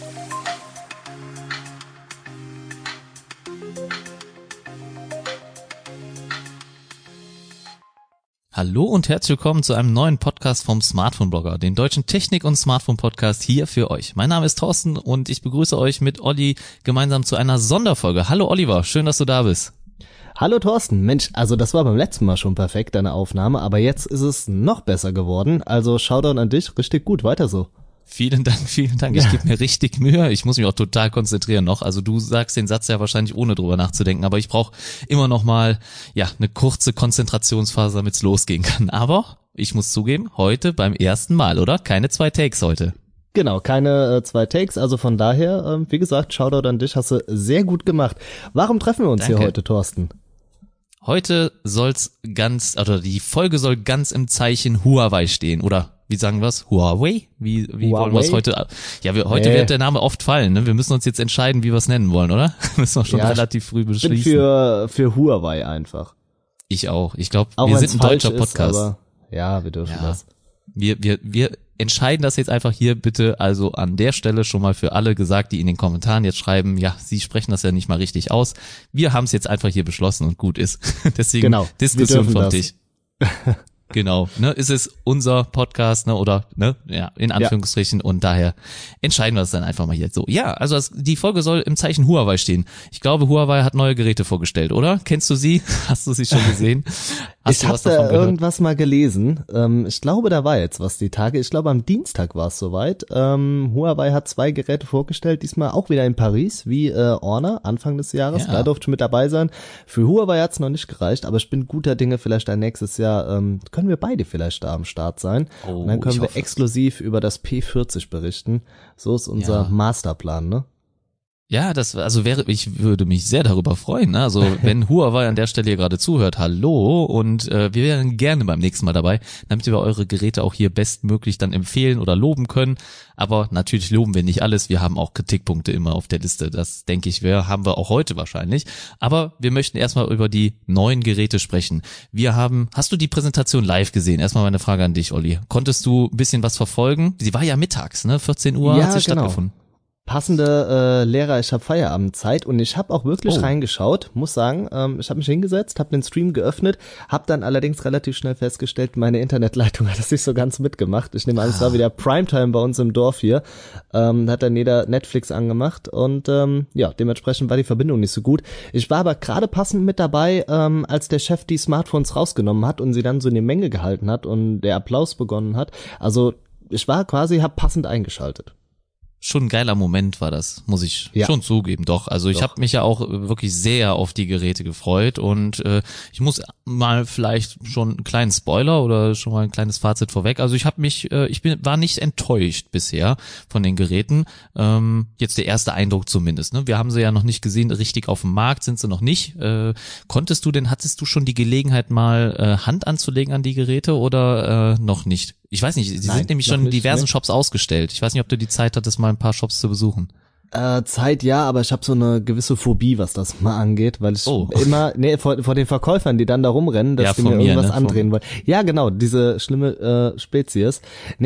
Hallo und herzlich willkommen zu einem neuen Podcast vom Smartphone-Blogger, den deutschen Technik- und Smartphone-Podcast hier für euch. Mein Name ist Thorsten und ich begrüße euch mit Olli gemeinsam zu einer Sonderfolge. Hallo Oliver, schön, dass du da bist. Hallo Thorsten, Mensch, also das war beim letzten Mal schon perfekt, deine Aufnahme, aber jetzt ist es noch besser geworden, also Shoutout an dich, richtig gut, weiter so. Vielen Dank. Ich gebe mir richtig Mühe. Ich muss mich auch total konzentrieren noch. Also du sagst den Satz ja wahrscheinlich ohne drüber nachzudenken, aber ich brauche immer noch mal eine kurze Konzentrationsphase, damit es losgehen kann. Aber ich muss zugeben, heute beim ersten Mal, oder? Keine 2 Takes heute. Genau, keine 2 Takes, also von daher, wie gesagt, Shoutout an dich, hast du sehr gut gemacht. Warum treffen wir uns hier heute, Thorsten? Heute die Folge soll ganz im Zeichen Huawei stehen, oder? Wie sagen wir es? Huawei? Wie wollen wir es heute? Ja, heute wird der Name oft fallen, ne? Wir müssen uns jetzt entscheiden, wie wir es nennen wollen, oder? Müssen wir schon relativ früh beschließen. Ich bin für Huawei einfach. Ich auch. Ich glaube, wir sind ein deutscher Podcast. Aber ja, wir dürfen das. Wir entscheiden das jetzt einfach hier bitte, also an der Stelle schon mal für alle gesagt, die in den Kommentaren jetzt schreiben, ja, sie sprechen das ja nicht mal richtig aus. Wir haben es jetzt einfach hier beschlossen und gut ist. Deswegen Diskussion vom Tisch. Genau, ne, ist es unser Podcast, ne, oder, ne, ja, in Anführungsstrichen, und daher entscheiden wir es dann einfach mal hier so. Ja, also die Folge soll im Zeichen Huawei stehen. Ich glaube, Huawei hat neue Geräte vorgestellt, oder? Kennst du sie? Hast du sie schon gesehen? Ich habe da irgendwas mal gelesen. Ich glaube, da war jetzt was die Tage. Ich glaube, am Dienstag war es soweit. Huawei hat 2 Geräte vorgestellt, diesmal auch wieder in Paris, wie Honor, Anfang des Jahres. Ja. Da durfte ich mit dabei sein. Für Huawei hat's noch nicht gereicht, aber ich bin guter Dinge, vielleicht ein nächstes Jahr können wir beide vielleicht da am Start sein. Und dann können wir exklusiv über das P40 berichten. So ist unser Masterplan, ne? Ja, ich würde mich sehr darüber freuen, ne? Also wenn Huawei an der Stelle hier gerade zuhört, hallo, und wir wären gerne beim nächsten Mal dabei, damit wir eure Geräte auch hier bestmöglich dann empfehlen oder loben können. Aber natürlich loben wir nicht alles, wir haben auch Kritikpunkte immer auf der Liste, das denke ich, haben wir auch heute wahrscheinlich. Aber wir möchten erstmal über die neuen Geräte sprechen. Hast du die Präsentation live gesehen? Erstmal meine Frage an dich, Olli. Konntest du ein bisschen was verfolgen? Sie war ja mittags, ne? 14 Uhr hat sie stattgefunden. Passende Lehrer, ich habe Feierabendzeit und ich habe auch wirklich reingeschaut, muss sagen, ich habe mich hingesetzt, habe den Stream geöffnet, habe dann allerdings relativ schnell festgestellt, meine Internetleitung hat das nicht so ganz mitgemacht. Ich nehme an, es war wieder Primetime bei uns im Dorf hier, hat dann jeder Netflix angemacht und dementsprechend war die Verbindung nicht so gut. Ich war aber gerade passend mit dabei, als der Chef die Smartphones rausgenommen hat und sie dann so in die Menge gehalten hat und der Applaus begonnen hat. Also ich war hab passend eingeschaltet. Schon ein geiler Moment war das, muss ich schon zugeben, doch. Also ich habe mich ja auch wirklich sehr auf die Geräte gefreut und ich muss mal vielleicht schon einen kleinen Spoiler oder schon mal ein kleines Fazit vorweg. Also war nicht enttäuscht bisher von den Geräten. Jetzt der erste Eindruck zumindest. Ne? Wir haben sie ja noch nicht gesehen, richtig auf dem Markt sind sie noch nicht. Hattest du schon die Gelegenheit mal Hand anzulegen an die Geräte oder noch nicht? Ich weiß nicht, sie sind nämlich schon in diversen Shops ausgestellt. Ich weiß nicht, ob du die Zeit hattest, mal ein paar Shops zu besuchen. Zeit ja, aber ich habe so eine gewisse Phobie, was das mal angeht, weil ich immer vor den Verkäufern, die dann da rumrennen, dass die mir irgendwas andrehen wollen. Ja, genau, diese schlimme Spezies.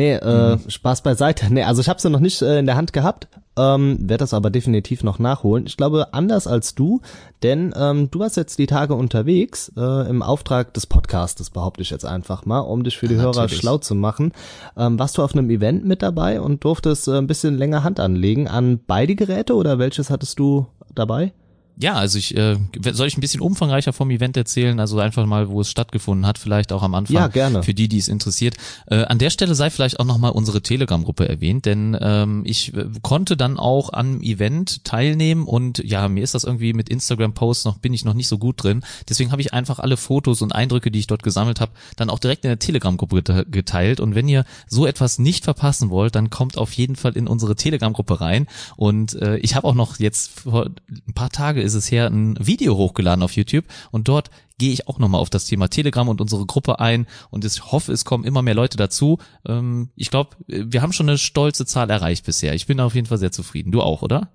Spaß beiseite. Also ich habe sie noch nicht in der Hand gehabt, werde das aber definitiv noch nachholen. Ich glaube, anders als du, denn du warst jetzt die Tage unterwegs im Auftrag des Podcastes, behaupte ich jetzt einfach mal, um dich für die Hörer schlau zu machen. Warst du auf einem Event mit dabei und durftest ein bisschen länger Hand anlegen an beide Geräte oder welches hattest du dabei? Ja, also soll ich ein bisschen umfangreicher vom Event erzählen, also einfach mal, wo es stattgefunden hat, vielleicht auch am Anfang. Ja, gerne. Für die es interessiert. An der Stelle sei vielleicht auch nochmal unsere Telegram-Gruppe erwähnt, denn ich konnte dann auch am Event teilnehmen und ja, mir ist das irgendwie mit Instagram-Posts bin ich noch nicht so gut drin. Deswegen habe ich einfach alle Fotos und Eindrücke, die ich dort gesammelt habe, dann auch direkt in der Telegram-Gruppe geteilt. Und wenn ihr so etwas nicht verpassen wollt, dann kommt auf jeden Fall in unsere Telegram-Gruppe rein. Und ich habe auch noch jetzt vor ein paar Tagen ist es her, ein Video hochgeladen auf YouTube und dort gehe ich auch nochmal auf das Thema Telegram und unsere Gruppe ein und ich hoffe, es kommen immer mehr Leute dazu. Ich glaube, wir haben schon eine stolze Zahl erreicht bisher. Ich bin auf jeden Fall sehr zufrieden. Du auch, oder?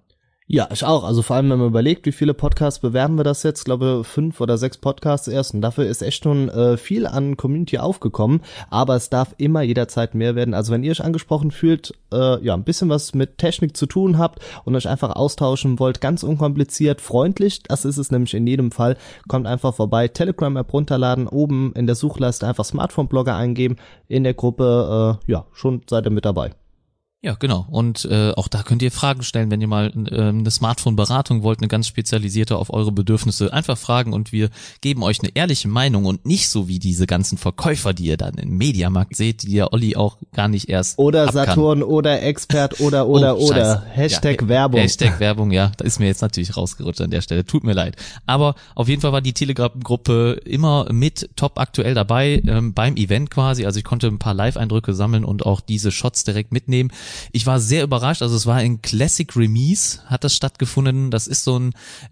Ja, ich auch. Also vor allem, wenn man überlegt, wie viele Podcasts bewerben wir das jetzt, glaube 5 oder 6 Podcasts erst. Und dafür ist echt schon viel an Community aufgekommen. Aber es darf immer jederzeit mehr werden. Also wenn ihr euch angesprochen fühlt, ein bisschen was mit Technik zu tun habt und euch einfach austauschen wollt, ganz unkompliziert, freundlich, das ist es nämlich in jedem Fall, kommt einfach vorbei, Telegram-App runterladen, oben in der Suchleiste einfach Smartphone-Blogger eingeben, in der Gruppe, schon seid ihr mit dabei. Ja, genau. Und auch da könnt ihr Fragen stellen, wenn ihr mal eine Smartphone-Beratung wollt, eine ganz spezialisierte auf eure Bedürfnisse. Einfach fragen und wir geben euch eine ehrliche Meinung und nicht so wie diese ganzen Verkäufer, die ihr dann im Mediamarkt seht, die ja Olli auch gar nicht erst oder Saturn oder Expert oder. Hashtag ja, Werbung. Hashtag Werbung, ja. Da ist mir jetzt natürlich rausgerutscht an der Stelle. Tut mir leid. Aber auf jeden Fall war die Telegram-Gruppe immer mit top aktuell dabei beim Event quasi. Also ich konnte ein paar Live-Eindrücke sammeln und auch diese Shots direkt mitnehmen. Ich war sehr überrascht, also es war in Classic Remise, hat das stattgefunden, das ist so ein,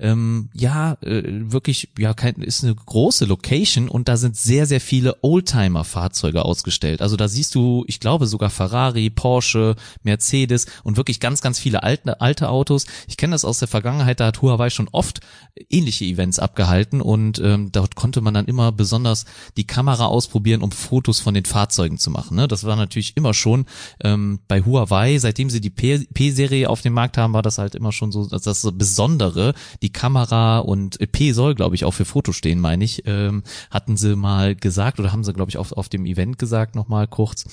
ist eine große Location und da sind sehr, sehr viele Oldtimer-Fahrzeuge ausgestellt, also da siehst du, ich glaube sogar Ferrari, Porsche, Mercedes und wirklich ganz, ganz viele alte Autos. Ich kenne das aus der Vergangenheit, da hat Huawei schon oft ähnliche Events abgehalten und dort konnte man dann immer besonders die Kamera ausprobieren, um Fotos von den Fahrzeugen zu machen, ne? Das war natürlich immer schon bei Huawei, seitdem sie die P-Serie auf dem Markt haben, war das halt immer schon so, dass das so Besondere, die Kamera und P soll, glaube ich, auch für Fotos stehen, meine ich, hatten sie mal gesagt oder haben sie, glaube ich, auf dem Event gesagt, nochmal kurz.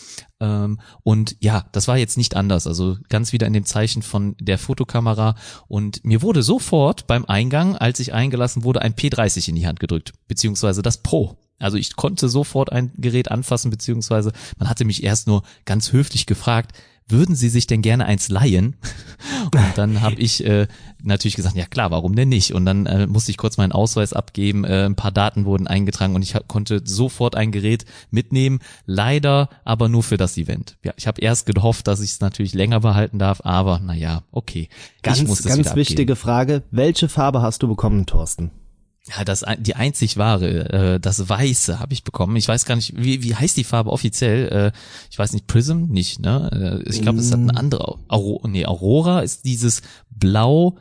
Und ja, das war jetzt nicht anders, also ganz wieder in dem Zeichen von der Fotokamera und mir wurde sofort beim Eingang, als ich eingelassen wurde, ein P30 in die Hand gedrückt, beziehungsweise das Pro. Also ich konnte sofort ein Gerät anfassen, beziehungsweise man hatte mich erst nur ganz höflich gefragt, würden Sie sich denn gerne eins leihen? Und dann habe ich natürlich gesagt, ja klar, warum denn nicht? Und dann musste ich kurz meinen Ausweis abgeben, ein paar Daten wurden eingetragen und ich konnte sofort ein Gerät mitnehmen, leider aber nur für das Event. Ja, ich habe erst gehofft, dass ich es natürlich länger behalten darf, aber naja, okay. Ganz wichtige Frage, welche Farbe hast du bekommen, Thorsten? Ja, die einzig wahre, das Weiße habe ich bekommen. Ich weiß gar nicht, wie heißt die Farbe offiziell? Ich weiß nicht, Prism nicht, ne? Ich glaube, es hat eine andere. Aurora ist dieses blau,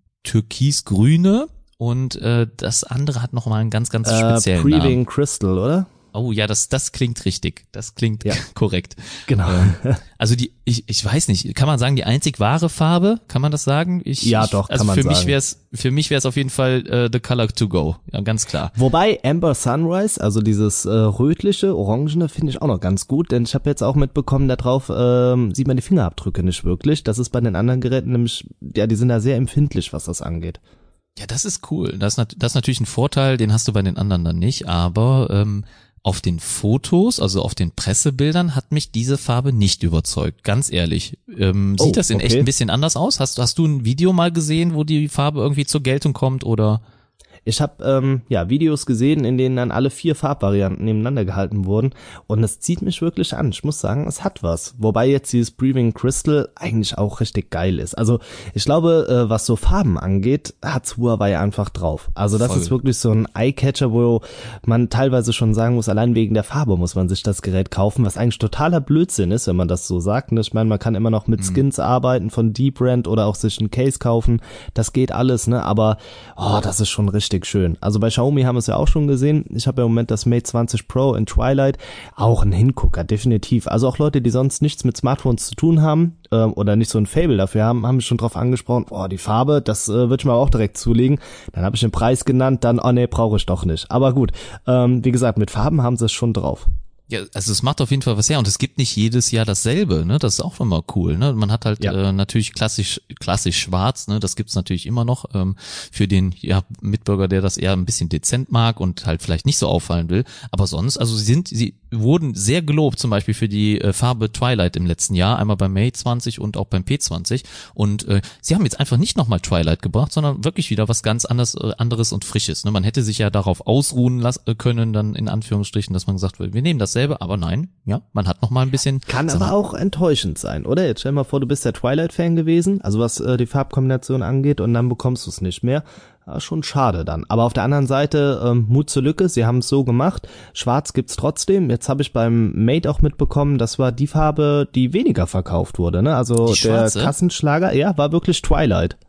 türkis-grüne und das andere hat nochmal einen ganz, ganz speziellen Breathing Crystal, oder? Oh ja, das klingt richtig. Das klingt korrekt. Genau. Also ich weiß nicht, kann man sagen, die einzig wahre Farbe? Kann man das sagen? Doch, kann man sagen. Für mich wäre es auf jeden Fall the color to go. Ja, ganz klar. Wobei Amber Sunrise, also dieses rötliche, orangene, finde ich auch noch ganz gut, denn ich habe jetzt auch mitbekommen, da drauf sieht man die Fingerabdrücke nicht wirklich. Das ist bei den anderen Geräten nämlich, ja, die sind da sehr empfindlich, was das angeht. Ja, das ist cool. Das ist natürlich ein Vorteil, den hast du bei den anderen dann nicht, aber auf den Fotos, also auf den Pressebildern, hat mich diese Farbe nicht überzeugt, ganz ehrlich. Sieht das in echt ein bisschen anders aus? Hast du ein Video mal gesehen, wo die Farbe irgendwie zur Geltung kommt oder? Ich habe Videos gesehen, in denen dann alle 4 Farbvarianten nebeneinander gehalten wurden und es zieht mich wirklich an. Ich muss sagen, es hat was. Wobei jetzt dieses Breathing Crystal eigentlich auch richtig geil ist. Also ich glaube, was so Farben angeht, hat's Huawei einfach drauf. Also das ist wirklich so ein Eyecatcher, wo man teilweise schon sagen muss, allein wegen der Farbe muss man sich das Gerät kaufen, was eigentlich totaler Blödsinn ist, wenn man das so sagt. Ich meine, man kann immer noch mit Skins arbeiten von Dbrand oder auch sich ein Case kaufen. Das geht alles, ne? Aber das ist schon richtig schön. Also bei Xiaomi haben wir es ja auch schon gesehen. Ich habe ja im Moment das Mate 20 Pro in Twilight. Auch ein Hingucker, definitiv. Also auch Leute, die sonst nichts mit Smartphones zu tun haben oder nicht so ein Faible dafür haben mich schon drauf angesprochen, die Farbe, das würde ich mir auch direkt zulegen. Dann habe ich den Preis genannt, dann, brauche ich doch nicht. Aber gut, wie gesagt, mit Farben haben sie es schon drauf. Ja, also es macht auf jeden Fall was her und es gibt nicht jedes Jahr dasselbe, ne? Das ist auch immer cool, ne? Man hat halt natürlich klassisch schwarz, ne? Das gibt's natürlich immer noch für den Mitbürger, der das eher ein bisschen dezent mag und halt vielleicht nicht so auffallen will. Aber sonst, also sie wurden sehr gelobt, zum Beispiel für die Farbe Twilight im letzten Jahr, einmal beim Mate 20 und auch beim P20. Und sie haben jetzt einfach nicht nochmal Twilight gebracht, sondern wirklich wieder was ganz anderes und Frisches. Ne? Man hätte sich ja darauf ausruhen können, dann in Anführungsstrichen, dass man gesagt wird, wir nehmen dasselbe, aber nein, ja, man hat nochmal ein bisschen. Kann aber auch enttäuschend sein, oder? Jetzt stell dir mal vor, du bist der Twilight-Fan gewesen, also was die Farbkombination angeht, und dann bekommst du es nicht mehr. Ja, schon schade dann. Aber auf der anderen Seite, Mut zur Lücke, sie haben es so gemacht. Schwarz gibt's trotzdem. Jetzt habe ich beim Mate auch mitbekommen, das war die Farbe, die weniger verkauft wurde, ne? Also der Kassenschlager, war wirklich Twilight.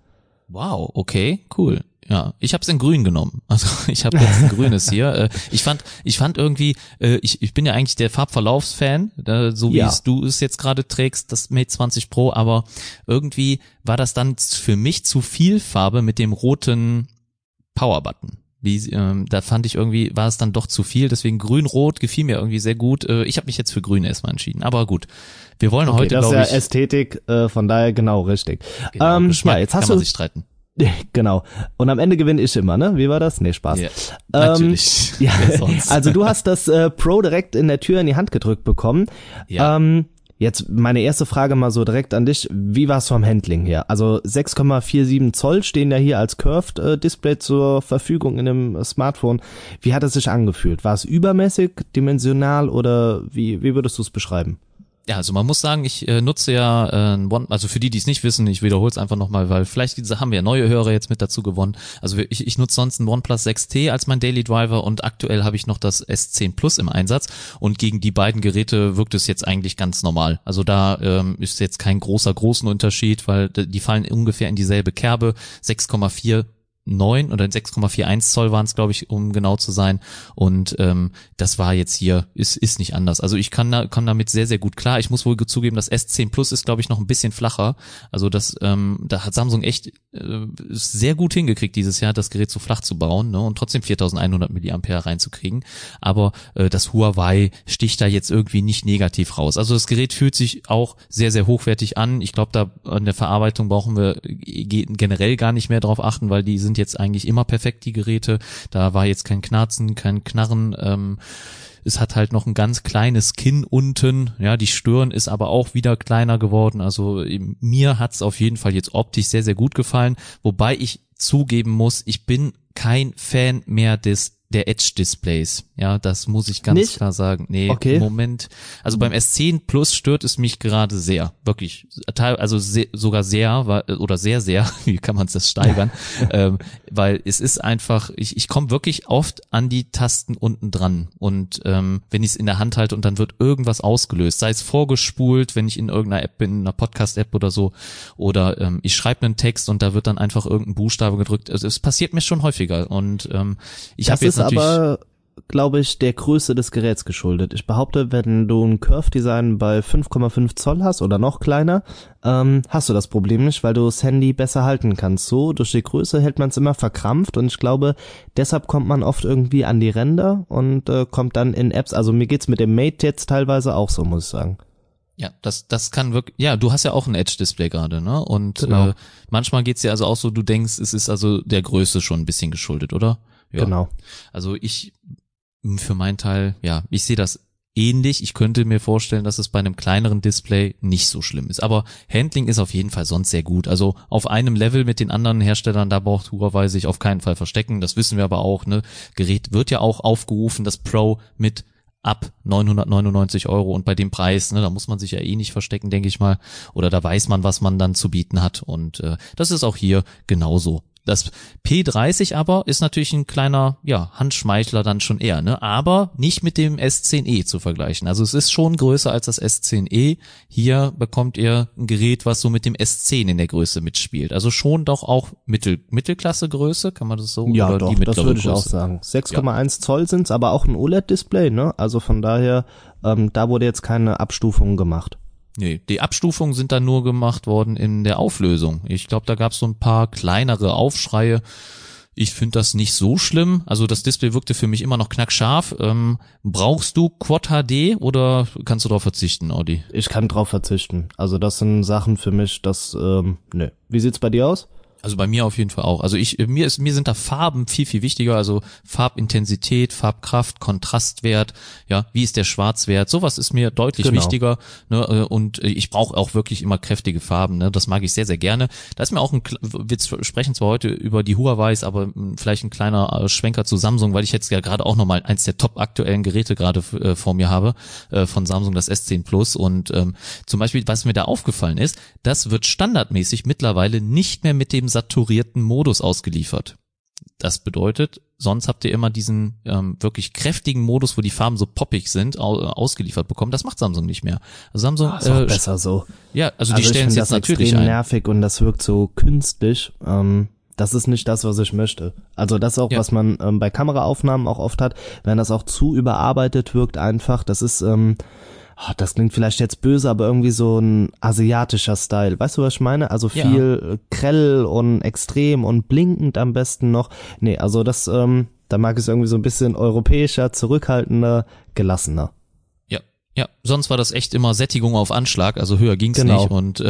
Wow, okay, cool. Ja, ich habe es in grün genommen. Also ich habe jetzt ein grünes hier. Ich fand irgendwie, ich bin ja eigentlich der Farbverlaufsfan, so wie du es jetzt gerade trägst, das Mate 20 Pro, aber irgendwie war das dann für mich zu viel Farbe mit dem roten Power-Button. Da fand ich irgendwie, war es dann doch zu viel, deswegen grün-rot gefiel mir irgendwie sehr gut. Ich habe mich jetzt für grün erstmal entschieden, aber gut. Wir wollen heute, glaube ich... Das ist ja Ästhetik, von daher genau richtig. Genau, jetzt kann man sich streiten. Genau. Und am Ende gewinne ich immer, ne? Wie war das? Nee, Spaß. Yeah, natürlich. Ja, also du hast das Pro direkt in der Tür in die Hand gedrückt bekommen. Ja. Jetzt meine erste Frage mal so direkt an dich. Wie war es vom Handling her? Also 6,47 Zoll stehen ja hier als Curved Display zur Verfügung in dem Smartphone. Wie hat es sich angefühlt? War es übermäßig, dimensional oder wie würdest du es beschreiben? Ja, also man muss sagen, ich nutze ja also für die es nicht wissen, ich wiederhole es einfach nochmal, weil vielleicht haben wir ja neue Hörer jetzt mit dazu gewonnen. Also ich nutze sonst ein OnePlus 6T als mein Daily Driver und aktuell habe ich noch das S10 Plus im Einsatz und gegen die beiden Geräte wirkt es jetzt eigentlich ganz normal. Also da ist jetzt kein großen Unterschied, weil die fallen ungefähr in dieselbe Kerbe, 6,49 oder 6,41 Zoll waren es, glaube ich, um genau zu sein. Und das war jetzt hier, ist nicht anders. Also ich kann damit sehr, sehr gut klar. Ich muss wohl zugeben, das S10 Plus ist, glaube ich, noch ein bisschen flacher. Also da hat Samsung echt sehr gut hingekriegt dieses Jahr, das Gerät so flach zu bauen, ne, und trotzdem 4100 mAh reinzukriegen. Aber das Huawei sticht da jetzt irgendwie nicht negativ raus. Also das Gerät fühlt sich auch sehr, sehr hochwertig an. Ich glaube, da an der Verarbeitung brauchen wir generell gar nicht mehr drauf achten, weil die sind jetzt eigentlich immer perfekt, die Geräte. Da war jetzt kein Knarzen, kein Knarren. Es hat halt noch ein ganz kleines Kinn unten. Ja, die Stirn ist aber auch wieder kleiner geworden. Also mir hat's auf jeden Fall jetzt optisch sehr, sehr gut gefallen. Wobei ich zugeben muss, ich bin kein Fan mehr der Edge-Displays. Ja, das muss ich ganz klar sagen. Nee, okay. Im Moment, also beim S10 Plus stört es mich gerade sehr. Wirklich. Also sogar sehr, oder sehr, wie kann man das steigern? Weil es ist einfach, ich komme wirklich oft an die Tasten unten dran. Und wenn ich es in der Hand halte und dann wird irgendwas ausgelöst, sei es vorgespult, wenn ich in irgendeiner App bin, in einer Podcast-App oder so, oder ich schreibe einen Text und da wird dann einfach irgendein Buchstabe gedrückt. Also es passiert mir schon häufiger. Und ich habe jetzt aber, glaube ich, der Größe des Geräts geschuldet. Ich behaupte, wenn du ein Curve-Design bei 5,5 Zoll hast oder noch kleiner, hast du das Problem nicht, weil du das Handy besser halten kannst. So, durch die Größe hält man es immer verkrampft und ich glaube, deshalb kommt man oft irgendwie an die Ränder und kommt dann in Apps. Also mir geht's mit dem Mate jetzt teilweise auch so, muss ich sagen. Ja, das kann wirklich, ja, du hast ja auch ein Edge-Display gerade, ne? Und genau. Manchmal geht's ja also auch so, du denkst, es ist also der Größe schon ein bisschen geschuldet, oder? Ja. Genau. Also für meinen Teil, ja, ich sehe das ähnlich. Ich könnte mir vorstellen, dass es bei einem kleineren Display nicht so schlimm ist. Aber Handling ist auf jeden Fall sonst sehr gut. Also auf einem Level mit den anderen Herstellern, da braucht Huawei sich auf keinen Fall verstecken. Das wissen wir aber auch, ne? Gerät wird ja auch aufgerufen, das Pro mit ab 999 Euro und bei dem Preis, ne, da muss man sich ja eh nicht verstecken, denke ich mal. Oder da weiß man, was man dann zu bieten hat. Und das ist auch hier genauso. Das P30 aber ist natürlich ein kleiner, ja, Handschmeichler dann schon eher, ne? Aber nicht mit dem S10e zu vergleichen. Also es ist schon größer als das S10e. Hier bekommt ihr ein Gerät, was so mit dem S10 in der Größe mitspielt. Also schon doch auch Mittelklasse Größe, kann man das so? Ja, oder doch, das würde ich auch sagen. 6,1 Zoll sind's, aber auch ein OLED-Display, ne? Also von daher, da wurde jetzt keine Abstufung gemacht. Nee, die Abstufungen sind dann nur gemacht worden in der Auflösung. Ich glaube, da gab es so ein paar kleinere Aufschreie. Ich finde das nicht so schlimm. Also das Display wirkte für mich immer noch knackscharf. Brauchst du Quad HD oder kannst du darauf verzichten, Audi? Ich kann drauf verzichten. Also das sind Sachen für mich, ne. Wie sieht's bei dir aus? Also bei mir auf jeden Fall auch. Also mir sind da Farben viel, viel wichtiger. Also Farbintensität, Farbkraft, Kontrastwert, ja, wie ist der Schwarzwert? Sowas ist mir deutlich wichtiger. Ne? Und ich brauche auch wirklich immer kräftige Farben. Ne? Das mag ich sehr, sehr gerne. Da ist mir auch wir sprechen zwar heute über die Huaweis, aber vielleicht ein kleiner Schwenker zu Samsung, weil ich jetzt ja gerade auch nochmal eins der top aktuellen Geräte gerade vor mir habe, von Samsung, das S10 Plus. Und zum Beispiel, was mir da aufgefallen ist, das wird standardmäßig mittlerweile nicht mehr mit dem saturierten Modus ausgeliefert. Das bedeutet, sonst habt ihr immer diesen wirklich kräftigen Modus, wo die Farben so poppig sind, ausgeliefert bekommen. Das macht Samsung nicht mehr. Also Samsung ist auch besser so. Ja, also die stellen es jetzt natürlich ein. Nervig und das wirkt so künstlich. Das ist nicht das, was ich möchte. Also das ist auch, was man bei Kameraaufnahmen auch oft hat, wenn das auch zu überarbeitet wirkt einfach. Das ist, das klingt vielleicht jetzt böse, aber irgendwie so ein asiatischer Style. Weißt du, was ich meine? Also viel grell und extrem und blinkend am besten noch. Nee, also das, da mag ich es irgendwie so ein bisschen europäischer, zurückhaltender, gelassener. Ja, sonst war das echt immer Sättigung auf Anschlag, also höher ging's nicht und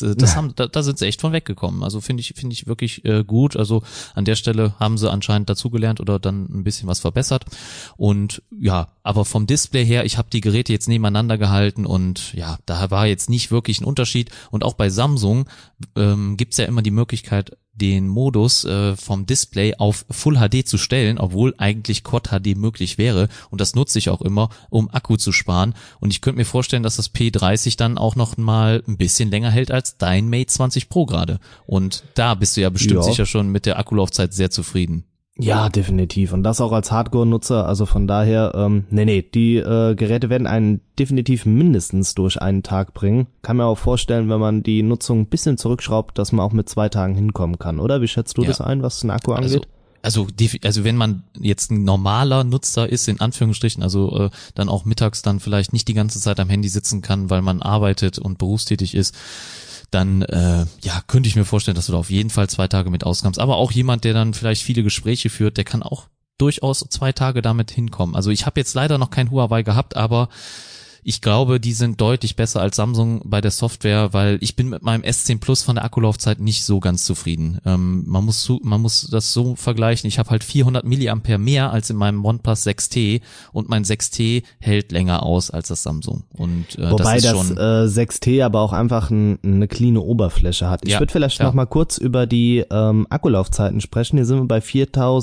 da sind sie echt von weggekommen. Also finde ich wirklich gut. Also an der Stelle haben sie anscheinend dazugelernt oder dann ein bisschen was verbessert. Und ja, aber vom Display her, ich habe die Geräte jetzt nebeneinander gehalten und ja, da war jetzt nicht wirklich ein Unterschied. Und auch bei Samsung gibt's ja immer die Möglichkeit, den Modus vom Display auf Full HD zu stellen, obwohl eigentlich Quad HD möglich wäre. Und das nutze ich auch immer, um Akku zu sparen. Und ich könnte mir vorstellen, dass das P30 dann auch noch mal ein bisschen länger hält als dein Mate 20 Pro gerade. Und da bist du ja bestimmt sicher schon mit der Akkulaufzeit sehr zufrieden. Ja, definitiv. Und das auch als Hardcore-Nutzer. Also von daher, die Geräte werden einen definitiv mindestens durch einen Tag bringen. Kann mir auch vorstellen, wenn man die Nutzung ein bisschen zurückschraubt, dass man auch mit 2 Tagen hinkommen kann. Oder wie schätzt du das ein, was den Akku angeht? Also wenn man jetzt ein normaler Nutzer ist, in Anführungsstrichen, also dann auch mittags dann vielleicht nicht die ganze Zeit am Handy sitzen kann, weil man arbeitet und berufstätig ist, dann könnte ich mir vorstellen, dass du da auf jeden Fall 2 Tage mit auskommst. Aber auch jemand, der dann vielleicht viele Gespräche führt, der kann auch durchaus 2 Tage damit hinkommen. Also ich habe jetzt leider noch kein Huawei gehabt, aber ich glaube, die sind deutlich besser als Samsung bei der Software, weil ich bin mit meinem S10 Plus von der Akkulaufzeit nicht so ganz zufrieden. Man muss das so vergleichen. Ich habe halt 400 Milliampere mehr als in meinem OnePlus 6T und mein 6T hält länger aus als das Samsung. Und wobei das ist schon 6T aber auch einfach eine cleane Oberfläche hat. Ich würde vielleicht noch mal kurz über die Akkulaufzeiten sprechen. Hier sind wir bei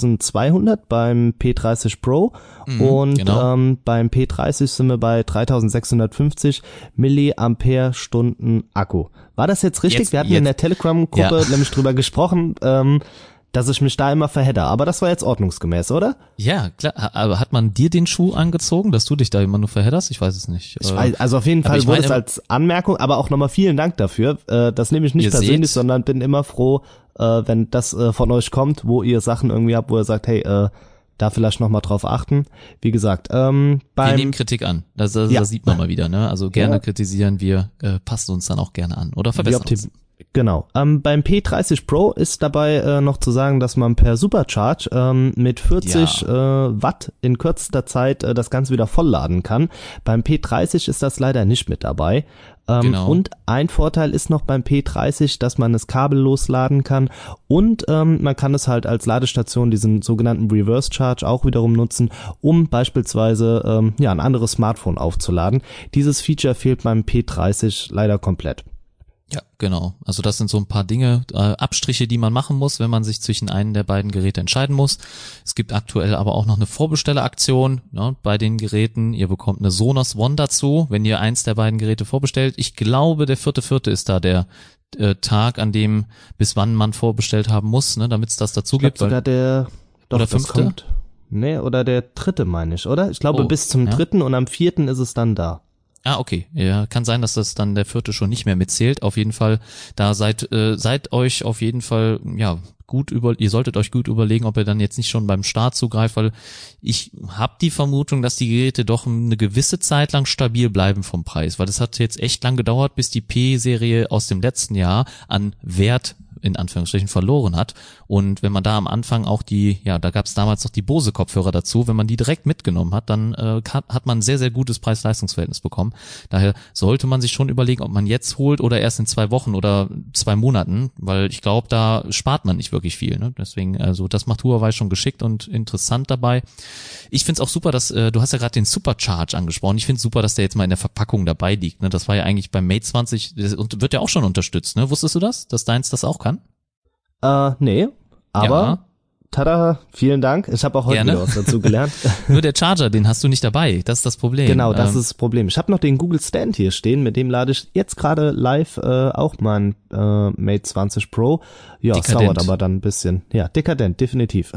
4200 beim P30 Pro und beim P30 sind wir bei 3650 Milliampere-Stunden Akku. War das jetzt richtig? Wir hatten in der Telegram-Gruppe nämlich drüber gesprochen, dass ich mich da immer verhedder. Aber das war jetzt ordnungsgemäß, oder? Ja, klar. Aber hat man dir den Schuh angezogen, dass du dich da immer nur verhedderst? Ich weiß es nicht. Ich weiß, also auf jeden Fall wurde es als Anmerkung, aber auch nochmal vielen Dank dafür. Das nehme ich nicht persönlich, sondern bin immer froh, wenn das von euch kommt, wo ihr Sachen irgendwie habt, wo ihr sagt, hey, da vielleicht nochmal drauf achten. Wie gesagt, wir nehmen Kritik an. Das sieht man mal wieder, ne? Also gerne kritisieren wir, passen uns dann auch gerne an oder verbessern uns. Genau. Beim P30 Pro ist dabei noch zu sagen, dass man per Supercharge mit 40 Watt in kürzester Zeit das Ganze wieder vollladen kann. Beim P30 ist das leider nicht mit dabei. Und ein Vorteil ist noch beim P30, dass man es kabellos laden kann und man kann es halt als Ladestation, diesen sogenannten Reverse Charge, auch wiederum nutzen, um beispielsweise ein anderes Smartphone aufzuladen. Dieses Feature fehlt beim P30 leider komplett. Ja, genau. Also das sind so ein paar Dinge, Abstriche, die man machen muss, wenn man sich zwischen einem der beiden Geräte entscheiden muss. Es gibt aktuell aber auch noch eine Vorbestelleraktion bei den Geräten. Ihr bekommt eine Sonos One dazu, wenn ihr eins der beiden Geräte vorbestellt. Ich glaube, der 4.4. ist da der Tag, an dem bis wann man vorbestellt haben muss, ne, damit es das dazu gibt. Sogar der oder 5. Nee, oder der 3. meine ich, oder? Ich glaube bis zum 3. und am 4. ist es dann da. Ah, okay. Ja, kann sein, dass das dann der 4. schon nicht mehr mitzählt. Auf jeden Fall, da seid euch auf jeden Fall, ihr solltet euch gut überlegen, ob ihr dann jetzt nicht schon beim Start zugreift, weil ich habe die Vermutung, dass die Geräte doch eine gewisse Zeit lang stabil bleiben vom Preis, weil das hat jetzt echt lang gedauert, bis die P-Serie aus dem letzten Jahr an Wert in Anführungsstrichen verloren hat. Und wenn man da am Anfang auch da gab es damals noch die Bose-Kopfhörer dazu, wenn man die direkt mitgenommen hat, dann hat man ein sehr, sehr gutes Preis-Leistungs-Verhältnis bekommen. Daher sollte man sich schon überlegen, ob man jetzt holt oder erst in 2 Wochen oder 2 Monaten, weil ich glaube, da spart man nicht wirklich viel. Ne? Deswegen, also das macht Huawei schon geschickt und interessant dabei. Ich find's auch super, dass du hast ja gerade den Supercharge angesprochen. Ich find's super, dass der jetzt mal in der Verpackung dabei liegt. Ne? Das war ja eigentlich beim Mate 20, und wird ja auch schon unterstützt. Ne? Wusstest du das, dass deins das auch kann? Nee, aber tada, vielen Dank. Ich habe auch heute wieder was dazu gelernt. Nur der Charger, den hast du nicht dabei. Das ist das Problem. Genau, das ist das Problem. Ich habe noch den Google Stand hier stehen, mit dem lade ich jetzt gerade live auch mein Mate 20 Pro. Ja, es dauert aber dann ein bisschen. Ja, dekadent, definitiv.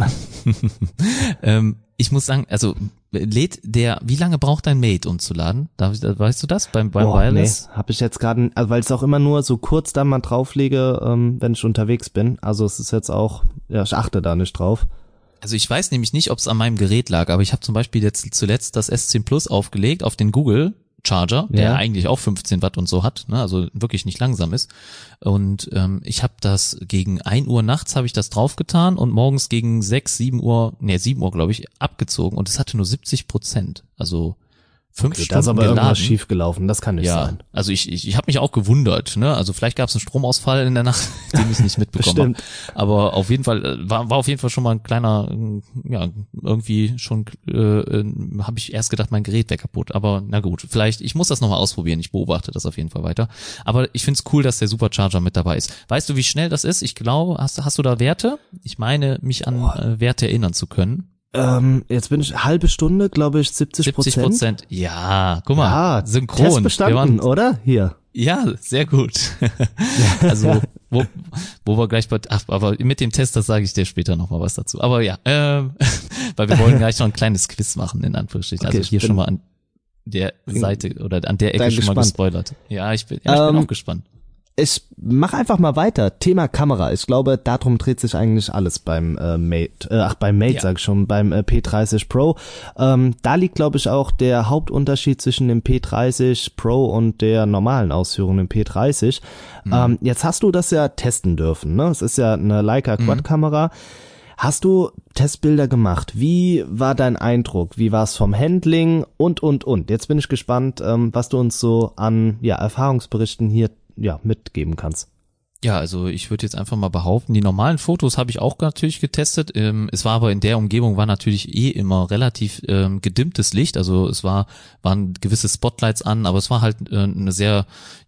Ich muss sagen, also wie lange braucht dein Mate, um zu laden? Weißt du das beim Wireless? Nee, habe ich jetzt gerade, also weil ich es auch immer nur so kurz dann mal drauflege, wenn ich unterwegs bin. Also es ist jetzt auch, ja, ich achte da nicht drauf. Also ich weiß nämlich nicht, ob es an meinem Gerät lag, aber ich habe zum Beispiel jetzt zuletzt das S10 Plus aufgelegt auf den Google Charger, der eigentlich auch 15 Watt und so hat, ne, also wirklich nicht langsam ist. Und ich habe das gegen 1 Uhr nachts habe ich das draufgetan und morgens gegen 7 Uhr glaube ich, abgezogen und es hatte nur 70%. Also 5 Stunden das ist aber geladen. Irgendwas schief gelaufen, das kann nicht sein. Also ich habe mich auch gewundert, ne? Also vielleicht gab es einen Stromausfall in der Nacht, den ich nicht mitbekommen habe. Aber auf jeden Fall war auf jeden Fall schon mal ein kleiner, ja, irgendwie schon habe ich erst gedacht, mein Gerät wäre kaputt. Aber na gut, vielleicht, ich muss das nochmal ausprobieren. Ich beobachte das auf jeden Fall weiter. Aber ich find's cool, dass der Supercharger mit dabei ist. Weißt du, wie schnell das ist? Ich glaube, hast du da Werte? Ich meine, mich an Werte erinnern zu können. Jetzt bin ich halbe Stunde, glaube ich, 70%. 70%, ja, guck mal, ja, synchron. Test bestanden, oder? Hier. Ja, sehr gut. Also, wo wir gleich aber mit dem Test, das sage ich dir später nochmal was dazu. Aber ja, weil wir wollen gleich noch ein kleines Quiz machen, in Anführungsstrichen. Okay, also hier schon mal an der Seite oder an der Ecke schon mal gespoilert. Ja, ich bin auch gespannt. Ich mach einfach mal weiter. Thema Kamera. Ich glaube, darum dreht sich eigentlich alles beim beim P30 Pro. Da liegt, glaube ich, auch der Hauptunterschied zwischen dem P30 Pro und der normalen Ausführung im P30. Jetzt hast du das ja testen dürfen, ne? Es ist ja eine Leica Quad-Kamera. Hast du Testbilder gemacht? Wie war dein Eindruck? Wie war es vom Handling? Und. Jetzt bin ich gespannt, was du uns so an Erfahrungsberichten hier mitgeben kannst. Ja, also ich würde jetzt einfach mal behaupten, die normalen Fotos habe ich auch natürlich getestet. Es war aber in der Umgebung war natürlich immer relativ gedimmtes Licht. Also es waren gewisse Spotlights an, aber es war halt eine sehr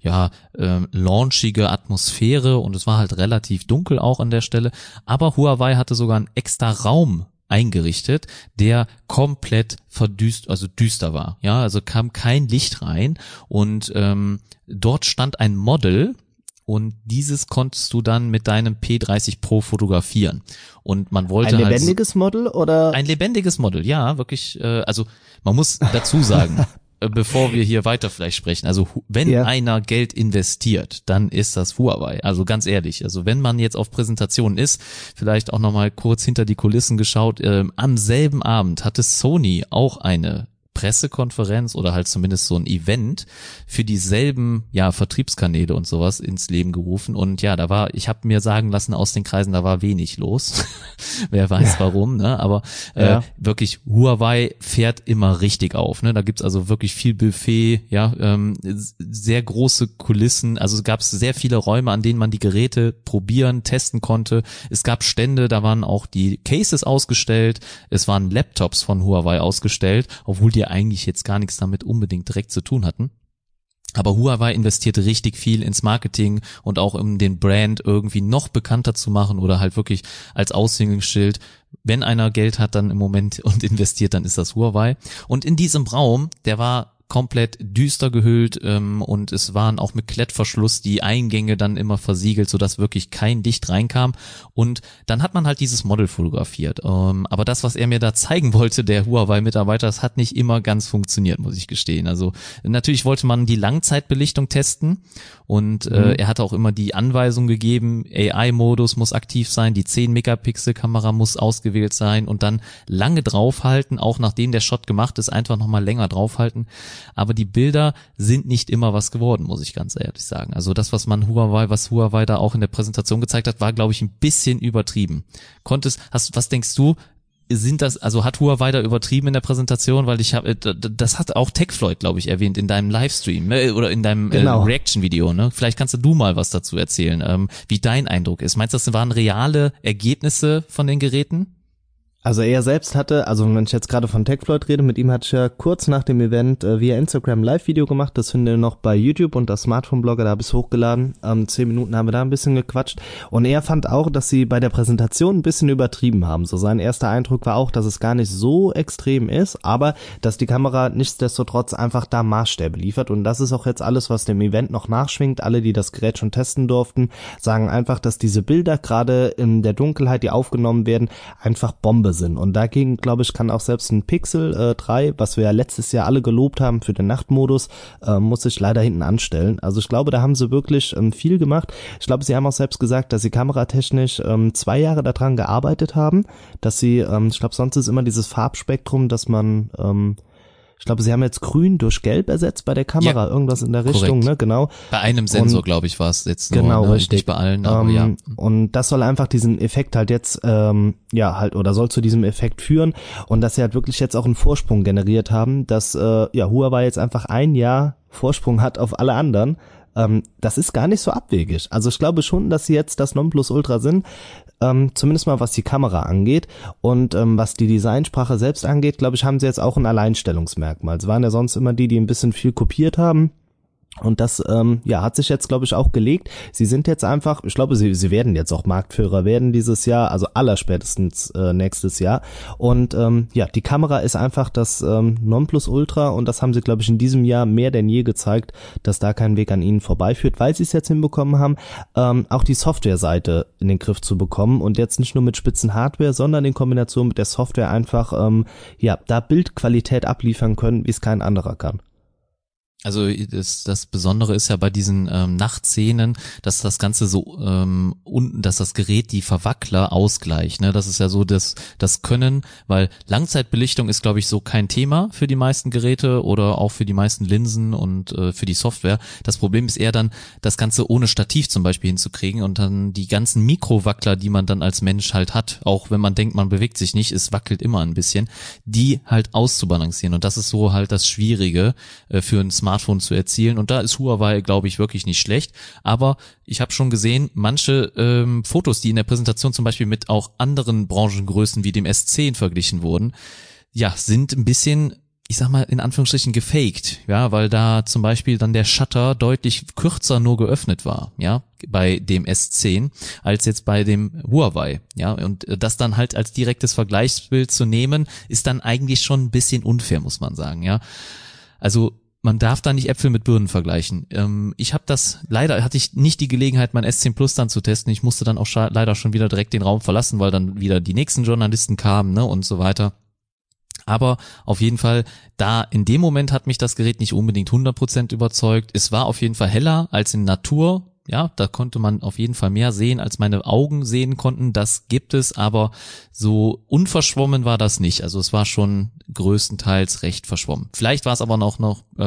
launchige Atmosphäre und es war halt relativ dunkel auch an der Stelle. Aber Huawei hatte sogar einen extra Raum eingerichtet, der komplett düster war. Ja, also kam kein Licht rein und dort stand ein Model und dieses konntest du dann mit deinem P30 Pro fotografieren. Und man wollte ein lebendiges Model oder? Ein lebendiges Model, ja, wirklich. Also man muss dazu sagen, bevor wir hier weiter vielleicht sprechen, also wenn einer Geld investiert, dann ist das Huawei. Also ganz ehrlich, also wenn man jetzt auf Präsentationen ist, vielleicht auch nochmal kurz hinter die Kulissen geschaut, am selben Abend hatte Sony auch eine Pressekonferenz oder halt zumindest so ein Event für dieselben Vertriebskanäle und sowas ins Leben gerufen und ich habe mir sagen lassen aus den Kreisen, da war wenig los. Wer weiß warum, ne? Aber wirklich Huawei fährt immer richtig auf, ne? Da gibt's also wirklich viel Buffet, sehr große Kulissen, also es gab sehr viele Räume, an denen man die Geräte probieren, testen konnte. Es gab Stände, da waren auch die Cases ausgestellt, es waren Laptops von Huawei ausgestellt, obwohl die eigentlich jetzt gar nichts damit unbedingt direkt zu tun hatten. Aber Huawei investiert richtig viel ins Marketing und auch um den Brand irgendwie noch bekannter zu machen oder halt wirklich als Aushängeschild. Wenn einer Geld hat dann im Moment und investiert, dann ist das Huawei. Und in diesem Raum, der war komplett düster gehüllt und es waren auch mit Klettverschluss die Eingänge dann immer versiegelt, sodass wirklich kein Licht reinkam und dann hat man halt dieses Model fotografiert. Aber das, was er mir da zeigen wollte, der Huawei-Mitarbeiter, das hat nicht immer ganz funktioniert, muss ich gestehen. Also natürlich wollte man die Langzeitbelichtung testen und er hat auch immer die Anweisung gegeben, AI-Modus muss aktiv sein, die 10-Megapixel-Kamera muss ausgewählt sein und dann lange draufhalten, auch nachdem der Shot gemacht ist, einfach nochmal länger draufhalten. Aber die Bilder sind nicht immer was geworden, muss ich ganz ehrlich sagen. Also das, was Huawei da auch in der Präsentation gezeigt hat, war, glaube ich, ein bisschen übertrieben. Was denkst du, hat Huawei da übertrieben in der Präsentation? Weil das hat auch TechFloyd, glaube ich, erwähnt in deinem Livestream oder in deinem Reaction-Video, ne? Vielleicht kannst du mal was dazu erzählen, wie dein Eindruck ist. Meinst du, das waren reale Ergebnisse von den Geräten? Also er selbst hatte, also wenn ich jetzt gerade von TechFloyd rede, mit ihm hatte ich ja kurz nach dem Event via Instagram Live-Video gemacht, das findet ihr noch bei YouTube und das Smartphone-Blogger, da habe ich es hochgeladen, 10 Minuten haben wir da ein bisschen gequatscht und er fand auch, dass sie bei der Präsentation ein bisschen übertrieben haben, so sein erster Eindruck war auch, dass es gar nicht so extrem ist, aber dass die Kamera nichtsdestotrotz einfach da Maßstäbe liefert und das ist auch jetzt alles, was dem Event noch nachschwingt, alle, die das Gerät schon testen durften, sagen einfach, dass diese Bilder gerade in der Dunkelheit, die aufgenommen werden, einfach Bombe sind. Und dagegen, glaube ich, kann auch selbst ein Pixel 3, was wir ja letztes Jahr alle gelobt haben für den Nachtmodus, muss sich leider hinten anstellen. Also ich glaube, da haben sie wirklich viel gemacht. Ich glaube, sie haben auch selbst gesagt, dass sie kameratechnisch 2 Jahre daran gearbeitet haben, dass sie, ich glaube, sonst ist immer dieses Farbspektrum, dass man ich glaube, sie haben jetzt grün durch gelb ersetzt bei der Kamera, irgendwas in der Richtung, korrekt. Ne, genau. Bei einem Sensor, glaube ich, war es jetzt nur, genau, ne? Richtig. Nicht bei allen, aber ja. Und das soll einfach diesen Effekt halt jetzt, oder soll zu diesem Effekt führen und dass sie halt wirklich jetzt auch einen Vorsprung generiert haben, dass, Huawei jetzt einfach 1 Jahr Vorsprung hat auf alle anderen. Das ist gar nicht so abwegig. Also ich glaube schon, dass sie jetzt das Nonplusultra sind, zumindest mal was die Kamera angeht und was die Designsprache selbst angeht, glaube ich, haben sie jetzt auch ein Alleinstellungsmerkmal. Es waren ja sonst immer die ein bisschen viel kopiert haben. Und das hat sich jetzt, glaube ich, auch gelegt. Sie sind jetzt einfach, ich glaube, sie werden jetzt auch Marktführer werden dieses Jahr, also allerspätestens nächstes Jahr. Und die Kamera ist einfach das Nonplusultra und das haben sie, glaube ich, in diesem Jahr mehr denn je gezeigt, dass da kein Weg an ihnen vorbeiführt, weil sie es jetzt hinbekommen haben, auch die Softwareseite in den Griff zu bekommen und jetzt nicht nur mit spitzen Hardware, sondern in Kombination mit der Software einfach da Bildqualität abliefern können, wie es kein anderer kann. Also das Besondere ist ja bei diesen Nachtszenen, dass das Ganze so unten, dass das Gerät die Verwackler ausgleicht. Ne? Das ist ja so das Können, weil Langzeitbelichtung ist, glaube ich, so kein Thema für die meisten Geräte oder auch für die meisten Linsen und für die Software. Das Problem ist eher dann, das Ganze ohne Stativ zum Beispiel hinzukriegen und dann die ganzen Mikrowackler, die man dann als Mensch halt hat, auch wenn man denkt, man bewegt sich nicht, es wackelt immer ein bisschen, die halt auszubalancieren. Und das ist so halt das Schwierige für ein Smartphone zu erzielen und da ist Huawei, glaube ich, wirklich nicht schlecht, aber ich habe schon gesehen, manche Fotos, die in der Präsentation zum Beispiel mit auch anderen Branchengrößen wie dem S10 verglichen wurden, ja, sind ein bisschen, ich sag mal in Anführungsstrichen gefaked, ja, weil da zum Beispiel dann der Shutter deutlich kürzer nur geöffnet war, ja, bei dem S10 als jetzt bei dem Huawei, ja, und das dann halt als direktes Vergleichsbild zu nehmen, ist dann eigentlich schon ein bisschen unfair, muss man sagen, ja, also man darf da nicht Äpfel mit Birnen vergleichen. Leider hatte ich nicht die Gelegenheit, mein S10 Plus dann zu testen. Ich musste dann auch leider schon wieder direkt den Raum verlassen, weil dann wieder die nächsten Journalisten kamen, ne, und so weiter. Aber auf jeden Fall, da in dem Moment hat mich das Gerät nicht unbedingt 100% überzeugt. Es war auf jeden Fall heller als in Natur. Ja, da konnte man auf jeden Fall mehr sehen, als meine Augen sehen konnten. Das gibt es, aber so unverschwommen war das nicht. Also es war schon größtenteils recht verschwommen. Vielleicht war es aber noch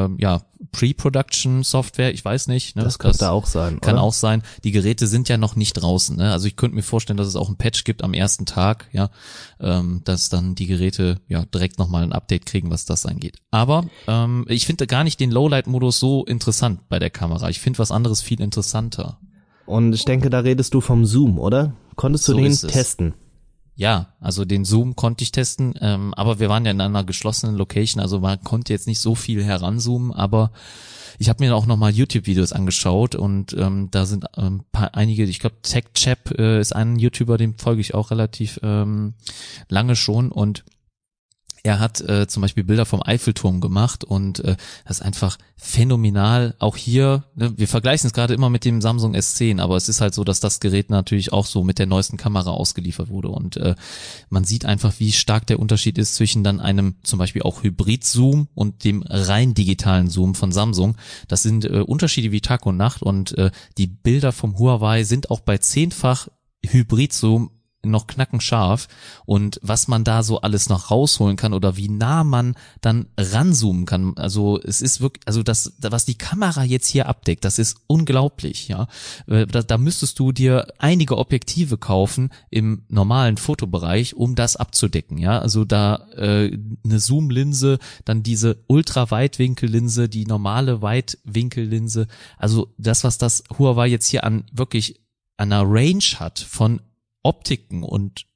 Pre-Production-Software, ich weiß nicht. Ne? Das könnte auch sein. Kann oder? auch sein. Die Geräte sind ja noch nicht draußen. Ne? Also ich könnte mir vorstellen, dass es auch ein Patch gibt am ersten Tag, ja, dass dann die Geräte ja direkt nochmal ein Update kriegen, was das angeht. Aber ich finde gar nicht den Lowlight-Modus so interessant bei der Kamera. Ich finde was anderes viel interessanter. Und ich denke, da redest du vom Zoom, oder? Konntest du So den ist es. testen? Ja, also den Zoom konnte ich testen, aber wir waren ja in einer geschlossenen Location, also man konnte jetzt nicht so viel heranzoomen, aber ich habe mir auch nochmal YouTube-Videos angeschaut und da sind einige, ich glaube TechChap ist ein YouTuber, dem folge ich auch relativ lange schon und er hat zum Beispiel Bilder vom Eiffelturm gemacht und das ist einfach phänomenal. Auch hier, ne, wir vergleichen es gerade immer mit dem Samsung S10, aber es ist halt so, dass das Gerät natürlich auch so mit der neuesten Kamera ausgeliefert wurde und man sieht einfach, wie stark der Unterschied ist zwischen dann einem zum Beispiel auch Hybrid-Zoom und dem rein digitalen Zoom von Samsung. Das sind Unterschiede wie Tag und Nacht und die Bilder vom Huawei sind auch bei 10-fach Hybrid-Zoom noch knackenscharf und was man da so alles noch rausholen kann oder wie nah man dann ranzoomen kann. Also es ist wirklich, also das, was die Kamera jetzt hier abdeckt, das ist unglaublich, ja. Da müsstest du dir einige Objektive kaufen im normalen Fotobereich, um das abzudecken, ja. Also da eine Zoom-Linse, dann diese Ultra-Weitwinkellinse, die normale Weitwinkellinse. Also das, was das Huawei jetzt hier an wirklich an einer Range hat von Optiken und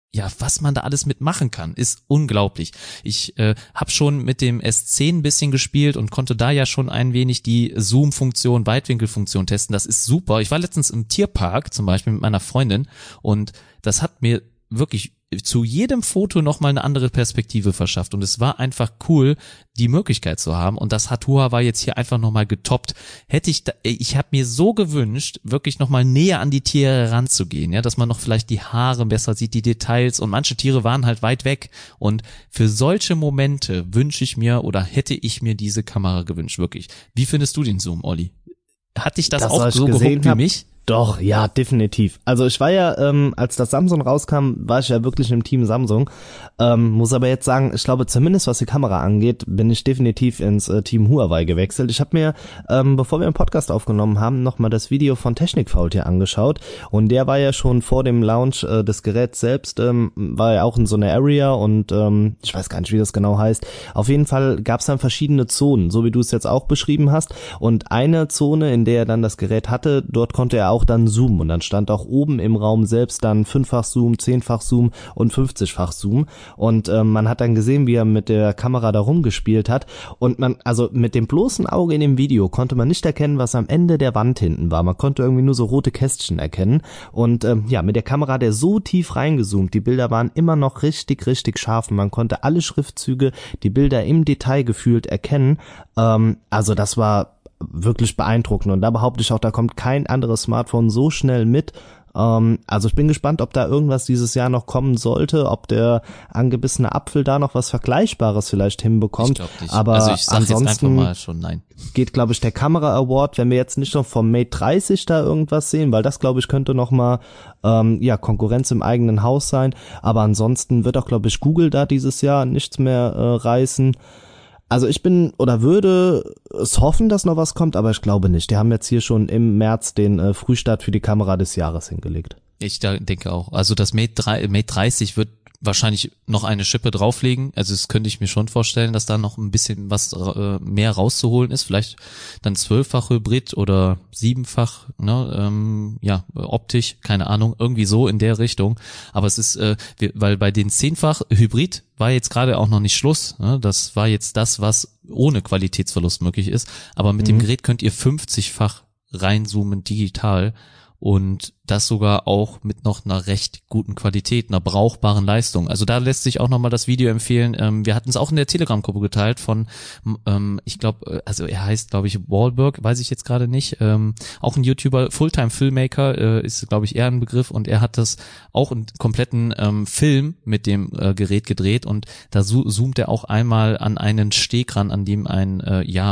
ja, was man da alles mitmachen kann, ist unglaublich. Ich habe schon mit dem S10 ein bisschen gespielt und konnte da ja schon ein wenig die Zoom-Funktion, Weitwinkelfunktion testen. Das ist super. Ich war letztens im Tierpark zum Beispiel mit meiner Freundin und das hat mir wirklich zu jedem Foto nochmal eine andere Perspektive verschafft und es war einfach cool, die Möglichkeit zu haben und das hat Huawei jetzt hier einfach nochmal getoppt. Ich habe mir so gewünscht, wirklich nochmal näher an die Tiere ranzugehen, ja, dass man noch vielleicht die Haare besser sieht, die Details und manche Tiere waren halt weit weg und für solche Momente wünsche ich mir oder hätte ich mir diese Kamera gewünscht, wirklich. Wie findest du den Zoom, Olli? Hat dich das auch so gehuckt wie mich? Doch, ja, definitiv. Also ich war ja, als das Samsung rauskam, war ich ja wirklich im Team Samsung. Muss aber jetzt sagen, ich glaube zumindest was die Kamera angeht, bin ich definitiv ins Team Huawei gewechselt. Ich habe mir, bevor wir einen Podcast aufgenommen haben, nochmal das Video von Technikfaultier angeschaut und der war ja schon vor dem Launch des Geräts selbst, war ja auch in so einer Area und ich weiß gar nicht, wie das genau heißt. Auf jeden Fall gab es dann verschiedene Zonen, so wie du es jetzt auch beschrieben hast und eine Zone, in der er dann das Gerät hatte, dort konnte er auch dann zoomen und dann stand auch oben im Raum selbst dann 5-fach Zoom, 10-fach Zoom und 50-fach Zoom und man hat dann gesehen, wie er mit der Kamera da rumgespielt hat und also mit dem bloßen Auge in dem Video konnte man nicht erkennen, was am Ende der Wand hinten war. Man konnte irgendwie nur so rote Kästchen erkennen und ja, mit der Kamera der so tief reingezoomt, die Bilder waren immer noch richtig, richtig scharf und man konnte alle Schriftzüge, die Bilder im Detail gefühlt erkennen. Also das war wirklich beeindruckend und da behaupte ich auch, da kommt kein anderes Smartphone so schnell mit. Also ich bin gespannt, ob da irgendwas dieses Jahr noch kommen sollte, ob der angebissene Apfel da noch was Vergleichbares vielleicht hinbekommt. Ich glaube nicht. Aber also ich sag ansonsten jetzt einfach mal schon nein. Geht, glaube ich, der Kamera Award, wenn wir jetzt nicht noch vom Mate 30 da irgendwas sehen, weil das, glaube ich, könnte noch mal ja, Konkurrenz im eigenen Haus sein. Aber ansonsten wird auch, glaube ich, Google da dieses Jahr nichts mehr reißen. Also ich bin oder würde es hoffen, dass noch was kommt, aber ich glaube nicht. Die haben jetzt hier schon im März den Frühstart für die Kamera des Jahres hingelegt. Ich denke auch. Also das Mate 30 wird wahrscheinlich noch eine Schippe drauflegen. Also das könnte ich mir schon vorstellen, dass da noch ein bisschen was mehr rauszuholen ist. Vielleicht dann 12-fach Hybrid oder 7-fach, ne, ja, optisch, keine Ahnung, irgendwie so in der Richtung. Aber es ist, weil bei den 10-fach Hybrid war jetzt gerade auch noch nicht Schluss. Ne? Das war jetzt das, was ohne Qualitätsverlust möglich ist. Aber mit dem Gerät könnt ihr 50-fach reinzoomen digital. Und das sogar auch mit noch einer recht guten Qualität, einer brauchbaren Leistung. Also da lässt sich auch nochmal das Video empfehlen. Wir hatten es auch in der Telegram-Gruppe geteilt von, ich glaube, also er heißt, glaube ich, Wahlberg, weiß ich jetzt gerade nicht. Auch ein YouTuber, Fulltime-Filmmaker ist, glaube ich, eher ein Begriff. Und er hat das auch einen kompletten Film mit dem Gerät gedreht. Und da zoomt er auch einmal an einen Steg ran, an dem ein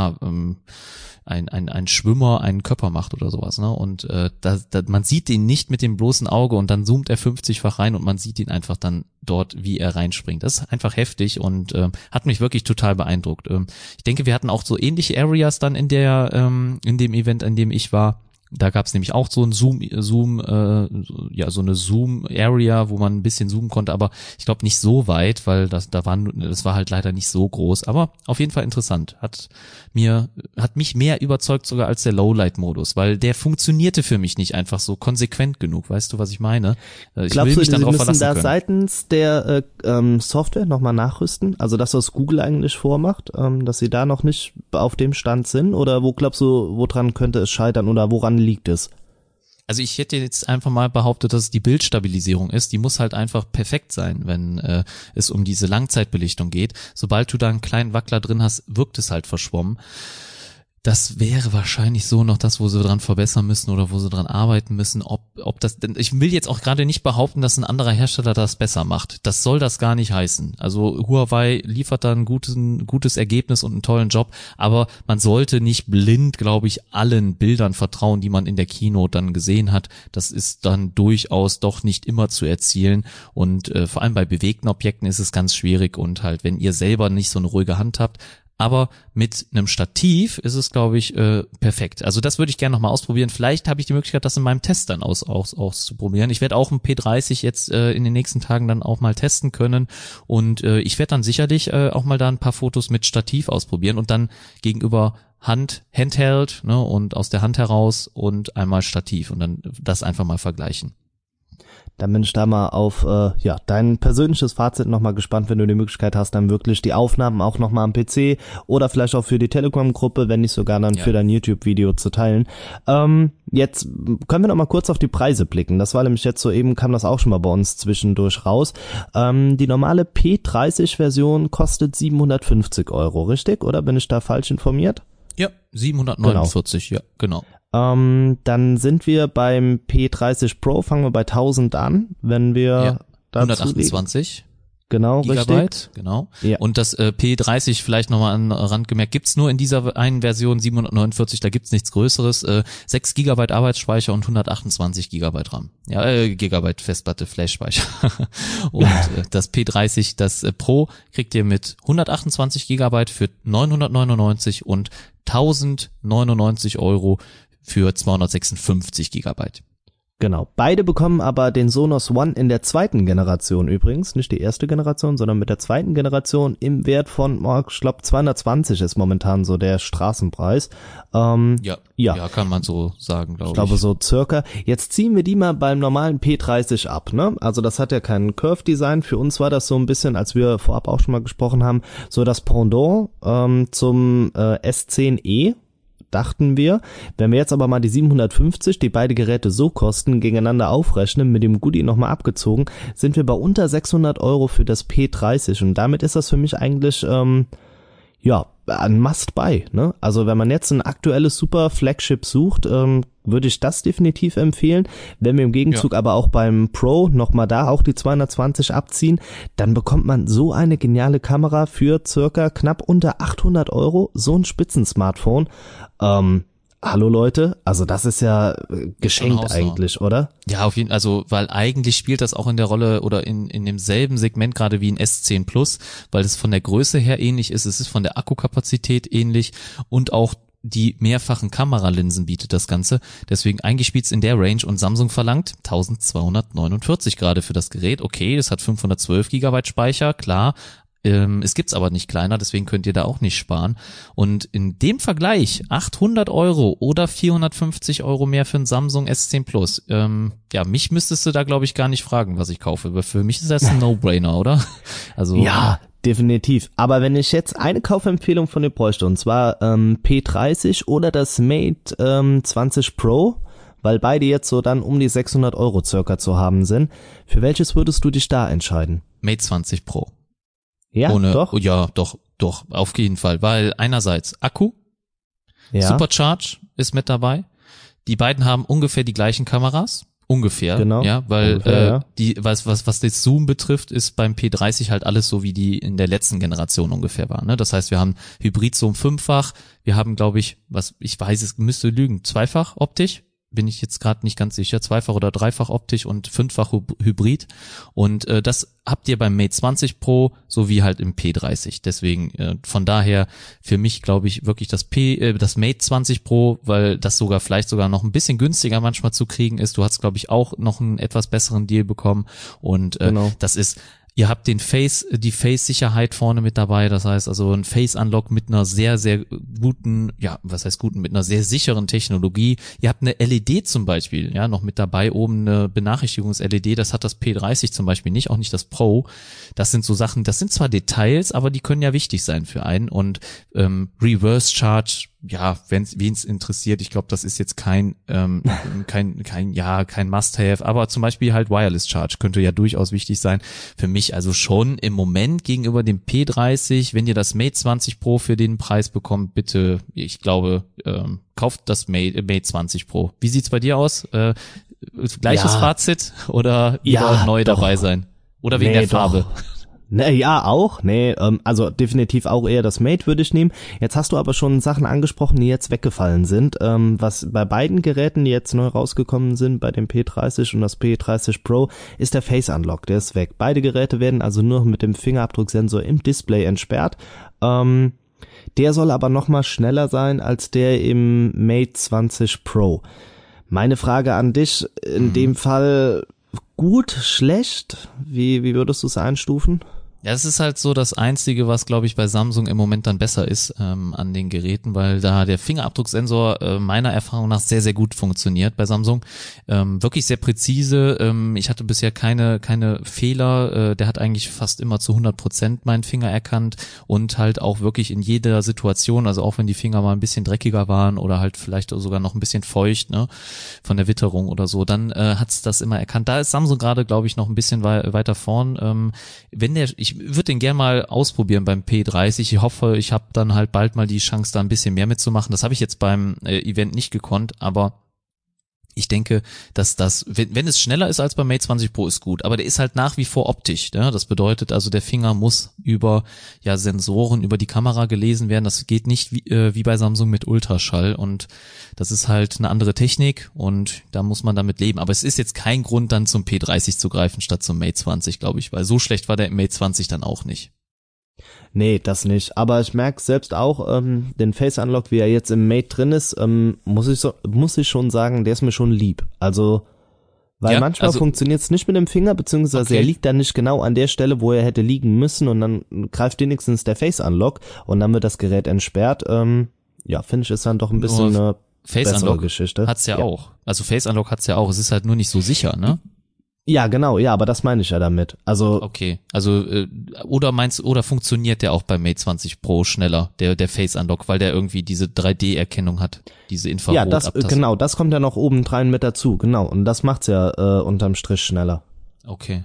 Schwimmer einen Körper macht oder sowas, ne? Und man sieht ihn nicht mit dem bloßen Auge und dann zoomt er 50-fach rein und man sieht ihn einfach dann dort, wie er reinspringt. Das ist einfach heftig und hat mich wirklich total beeindruckt. Ich denke, wir hatten auch so ähnliche Areas dann in dem Event, in dem ich war. Da gab es nämlich auch so ein so eine Zoom-Area, wo man ein bisschen zoomen konnte, aber ich glaube nicht so weit, weil das war halt leider nicht so groß, aber auf jeden Fall interessant. Hat mich mehr überzeugt sogar als der Lowlight-Modus, weil der funktionierte für mich nicht einfach so konsequent genug, weißt du, was ich meine? Ich Glaubst will mich dann drauf verlassen können. Seitens der Software nochmal nachrüsten? Also das, was Google eigentlich vormacht, dass sie da noch nicht auf dem Stand sind? Oder wo glaubst du, woran könnte es scheitern oder woran liegt es? Also ich hätte jetzt einfach mal behauptet, dass es die Bildstabilisierung ist. Die muss halt einfach perfekt sein, wenn es um diese Langzeitbelichtung geht. Sobald du da einen kleinen Wackler drin hast, wirkt es halt verschwommen. Das wäre wahrscheinlich so noch das, wo sie dran verbessern müssen oder wo sie dran arbeiten müssen. Ob das, denn ich will jetzt auch gerade nicht behaupten, dass ein anderer Hersteller das besser macht. Das soll das gar nicht heißen. Also Huawei liefert da ein gutes Ergebnis und einen tollen Job, aber man sollte nicht blind, glaube ich, allen Bildern vertrauen, die man in der Keynote dann gesehen hat. Das ist dann durchaus doch nicht immer zu erzielen und vor allem bei bewegten Objekten ist es ganz schwierig und halt, wenn ihr selber nicht so eine ruhige Hand habt. Aber mit einem Stativ ist es, glaube ich, perfekt. Also das würde ich gerne nochmal ausprobieren. Vielleicht habe ich die Möglichkeit, das in meinem Test dann auszuprobieren. Ich werde auch ein P30 jetzt in den nächsten Tagen dann auch mal testen können. Und ich werde dann sicherlich auch mal da ein paar Fotos mit Stativ ausprobieren und dann gegenüber Handheld, ne, und aus der Hand heraus und einmal Stativ und dann das einfach mal vergleichen. Dann bin ich da mal auf dein persönliches Fazit nochmal gespannt, wenn du die Möglichkeit hast, dann wirklich die Aufnahmen auch nochmal am PC oder vielleicht auch für die Telegram-Gruppe, wenn nicht sogar dann für dein YouTube-Video zu teilen. Jetzt können wir noch mal kurz auf die Preise blicken. Das war nämlich jetzt soeben, kam das auch schon mal bei uns zwischendurch raus. Die normale P30-Version kostet 750 €, richtig? Oder bin ich da falsch informiert? Ja, 749, genau. Ja, genau. Dann sind wir beim P30 Pro, fangen wir bei 1000 an, wenn wir 128 genau, Gigabyte, richtig. Genau. Ja. Und das P30 vielleicht nochmal an Rand gemerkt, gibt's nur in dieser einen Version 749, da gibt's nichts Größeres, 6 Gigabyte Arbeitsspeicher und 128 Gigabyte RAM. Ja, Gigabyte Festplatte, Flash-Speicher. Und das P30, das Pro, kriegt ihr mit 128 Gigabyte für 999 und 1099 € für 256 Gigabyte. Genau. Beide bekommen aber den Sonos One in der zweiten Generation übrigens, nicht die erste Generation, sondern mit der zweiten Generation im Wert von, ich glaube 220 ist momentan so der Straßenpreis. Ja, kann man so sagen, glaube ich. Ich glaube so circa. Jetzt ziehen wir die mal beim normalen P30 ab, ne? Also das hat ja kein Curve-Design. Für uns war das so ein bisschen, als wir vorab auch schon mal gesprochen haben, so das Pendant zum S10e. Dachten wir. Wenn wir jetzt aber mal die 750, die beide Geräte so kosten, gegeneinander aufrechnen, mit dem Goodie nochmal abgezogen, sind wir bei unter 600 € für das P30 und damit ist das für mich eigentlich ein Must-Buy, ne? Also wenn man jetzt ein aktuelles super Flagship sucht, würde ich das definitiv empfehlen. Wenn wir im Gegenzug aber auch beim Pro nochmal da auch die 220 abziehen, dann bekommt man so eine geniale Kamera für circa knapp unter 800 €, so ein Spitzen-Smartphone. Hallo Leute, also das ist ja geschenkt eigentlich, oder? Ja, auf jeden Fall, also weil eigentlich spielt das auch in der Rolle oder in demselben Segment gerade wie ein S10 Plus, weil es von der Größe her ähnlich ist, es ist von der Akkukapazität ähnlich und auch die mehrfachen Kameralinsen bietet das Ganze. Deswegen eigentlich spielt's in der Range und Samsung verlangt 1249 gerade für das Gerät. Okay, das hat 512 Gigabyte Speicher, klar. Es gibt's aber nicht kleiner, deswegen könnt ihr da auch nicht sparen. Und in dem Vergleich 800 € oder 450 € mehr für ein Samsung S10 Plus. Mich müsstest du da glaube ich gar nicht fragen, was ich kaufe. Aber für mich ist das ein No-Brainer, oder? Also ja, definitiv. Aber wenn ich jetzt eine Kaufempfehlung von dir bräuchte, und zwar P30 oder das Mate 20 Pro, weil beide jetzt so dann um die 600 € circa zu haben sind, für welches würdest du dich da entscheiden? Mate 20 Pro. Ja, doch? Ja, doch, auf jeden Fall, weil einerseits Akku, Supercharge ist mit dabei, die beiden haben ungefähr die gleichen Kameras, genau, ja, weil was das Zoom betrifft, ist beim P30 halt alles so wie die in der letzten Generation ungefähr war, ne? Das heißt, wir haben Hybrid-Zoom 5-fach, wir haben glaube ich, müsste lügen, 2-fach optisch, bin ich jetzt gerade nicht ganz sicher, 2-fach oder 3-fach optisch und 5-fach Hybrid und das habt ihr beim Mate 20 Pro sowie halt im P30, deswegen von daher für mich glaube ich wirklich das Mate 20 Pro, weil das vielleicht sogar noch ein bisschen günstiger manchmal zu kriegen ist, du hast glaube ich auch noch einen etwas besseren Deal bekommen und genau. Das ist Ihr habt die Face-Sicherheit vorne mit dabei, das heißt also ein Face-Unlock mit einer sehr, sehr guten, mit einer sehr sicheren Technologie. Ihr habt eine LED zum Beispiel, ja, noch mit dabei, oben eine Benachrichtigungs-LED, das hat das P30 zum Beispiel nicht, auch nicht das Pro. Das sind so Sachen, das sind zwar Details, aber die können ja wichtig sein für einen und Reverse Charge, ja, wen es interessiert, ich glaube, das ist jetzt kein Must-Have, aber zum Beispiel halt Wireless Charge könnte ja durchaus wichtig sein. Für mich also schon im Moment gegenüber dem P30, wenn ihr das Mate 20 Pro für den Preis bekommt, bitte, ich glaube, kauft das Mate 20 Pro. Wie sieht's bei dir aus? Gleiches Fazit oder lieber neu dabei sein? Oder wegen der Farbe? Ja, auch. Also definitiv auch eher das Mate würde ich nehmen. Jetzt hast du aber schon Sachen angesprochen, die jetzt weggefallen sind. Was bei beiden Geräten, die jetzt neu rausgekommen sind, bei dem P30 und das P30 Pro, ist der Face Unlock. Der ist weg. Beide Geräte werden also nur mit dem Fingerabdrucksensor im Display entsperrt. Der soll aber nochmal schneller sein als der im Mate 20 Pro. Meine Frage an dich, in dem Fall gut, schlecht? Wie würdest du es einstufen? Ja, es ist halt so das Einzige, was, glaube ich, bei Samsung im Moment dann besser ist an den Geräten, weil da der Fingerabdrucksensor meiner Erfahrung nach sehr, sehr gut funktioniert bei Samsung. Wirklich sehr präzise. Ich hatte bisher keine Fehler. Der hat eigentlich fast immer zu 100% meinen Finger erkannt und halt auch wirklich in jeder Situation, also auch wenn die Finger mal ein bisschen dreckiger waren oder halt vielleicht sogar noch ein bisschen feucht, ne, von der Witterung oder so, dann hat's das immer erkannt. Da ist Samsung gerade, glaube ich, noch ein bisschen weiter vorn. Ich würde den gerne mal ausprobieren beim P30. Ich hoffe, ich habe dann halt bald mal die Chance, da ein bisschen mehr mitzumachen. Das habe ich jetzt beim Event nicht gekonnt, aber ich denke, dass das, wenn es schneller ist als beim Mate 20 Pro, ist gut. Aber der ist halt nach wie vor optisch. Ne? Das bedeutet also, der Finger muss über Sensoren, über die Kamera gelesen werden. Das geht nicht wie bei Samsung mit Ultraschall. Und das ist halt eine andere Technik und da muss man damit leben. Aber es ist jetzt kein Grund, dann zum P30 zu greifen statt zum Mate 20, glaube ich. Weil so schlecht war der im Mate 20 dann auch nicht. Nee, das nicht. Aber ich merke selbst auch, den Face Unlock, wie er jetzt im Mate drin ist, muss ich schon sagen, der ist mir schon lieb. Also, weil manchmal funktioniert es nicht mit dem Finger, beziehungsweise er liegt dann nicht genau an der Stelle, wo er hätte liegen müssen und dann greift wenigstens der Face Unlock und dann wird das Gerät entsperrt. Finde ich, ist dann doch ein bisschen eine bessere Geschichte. Hat's ja auch. Also Face Unlock hat's ja auch. Es ist halt nur nicht so sicher, ne? Ja, genau, ja, aber das meine ich ja damit. Also okay, also oder funktioniert der auch beim Mate 20 Pro schneller, der Face Unlock, weil der irgendwie diese 3D-Erkennung hat, diese Infrarot-Abtastung. Ja, das kommt ja noch obendrein mit dazu, genau, und das macht's ja unterm Strich schneller. Okay,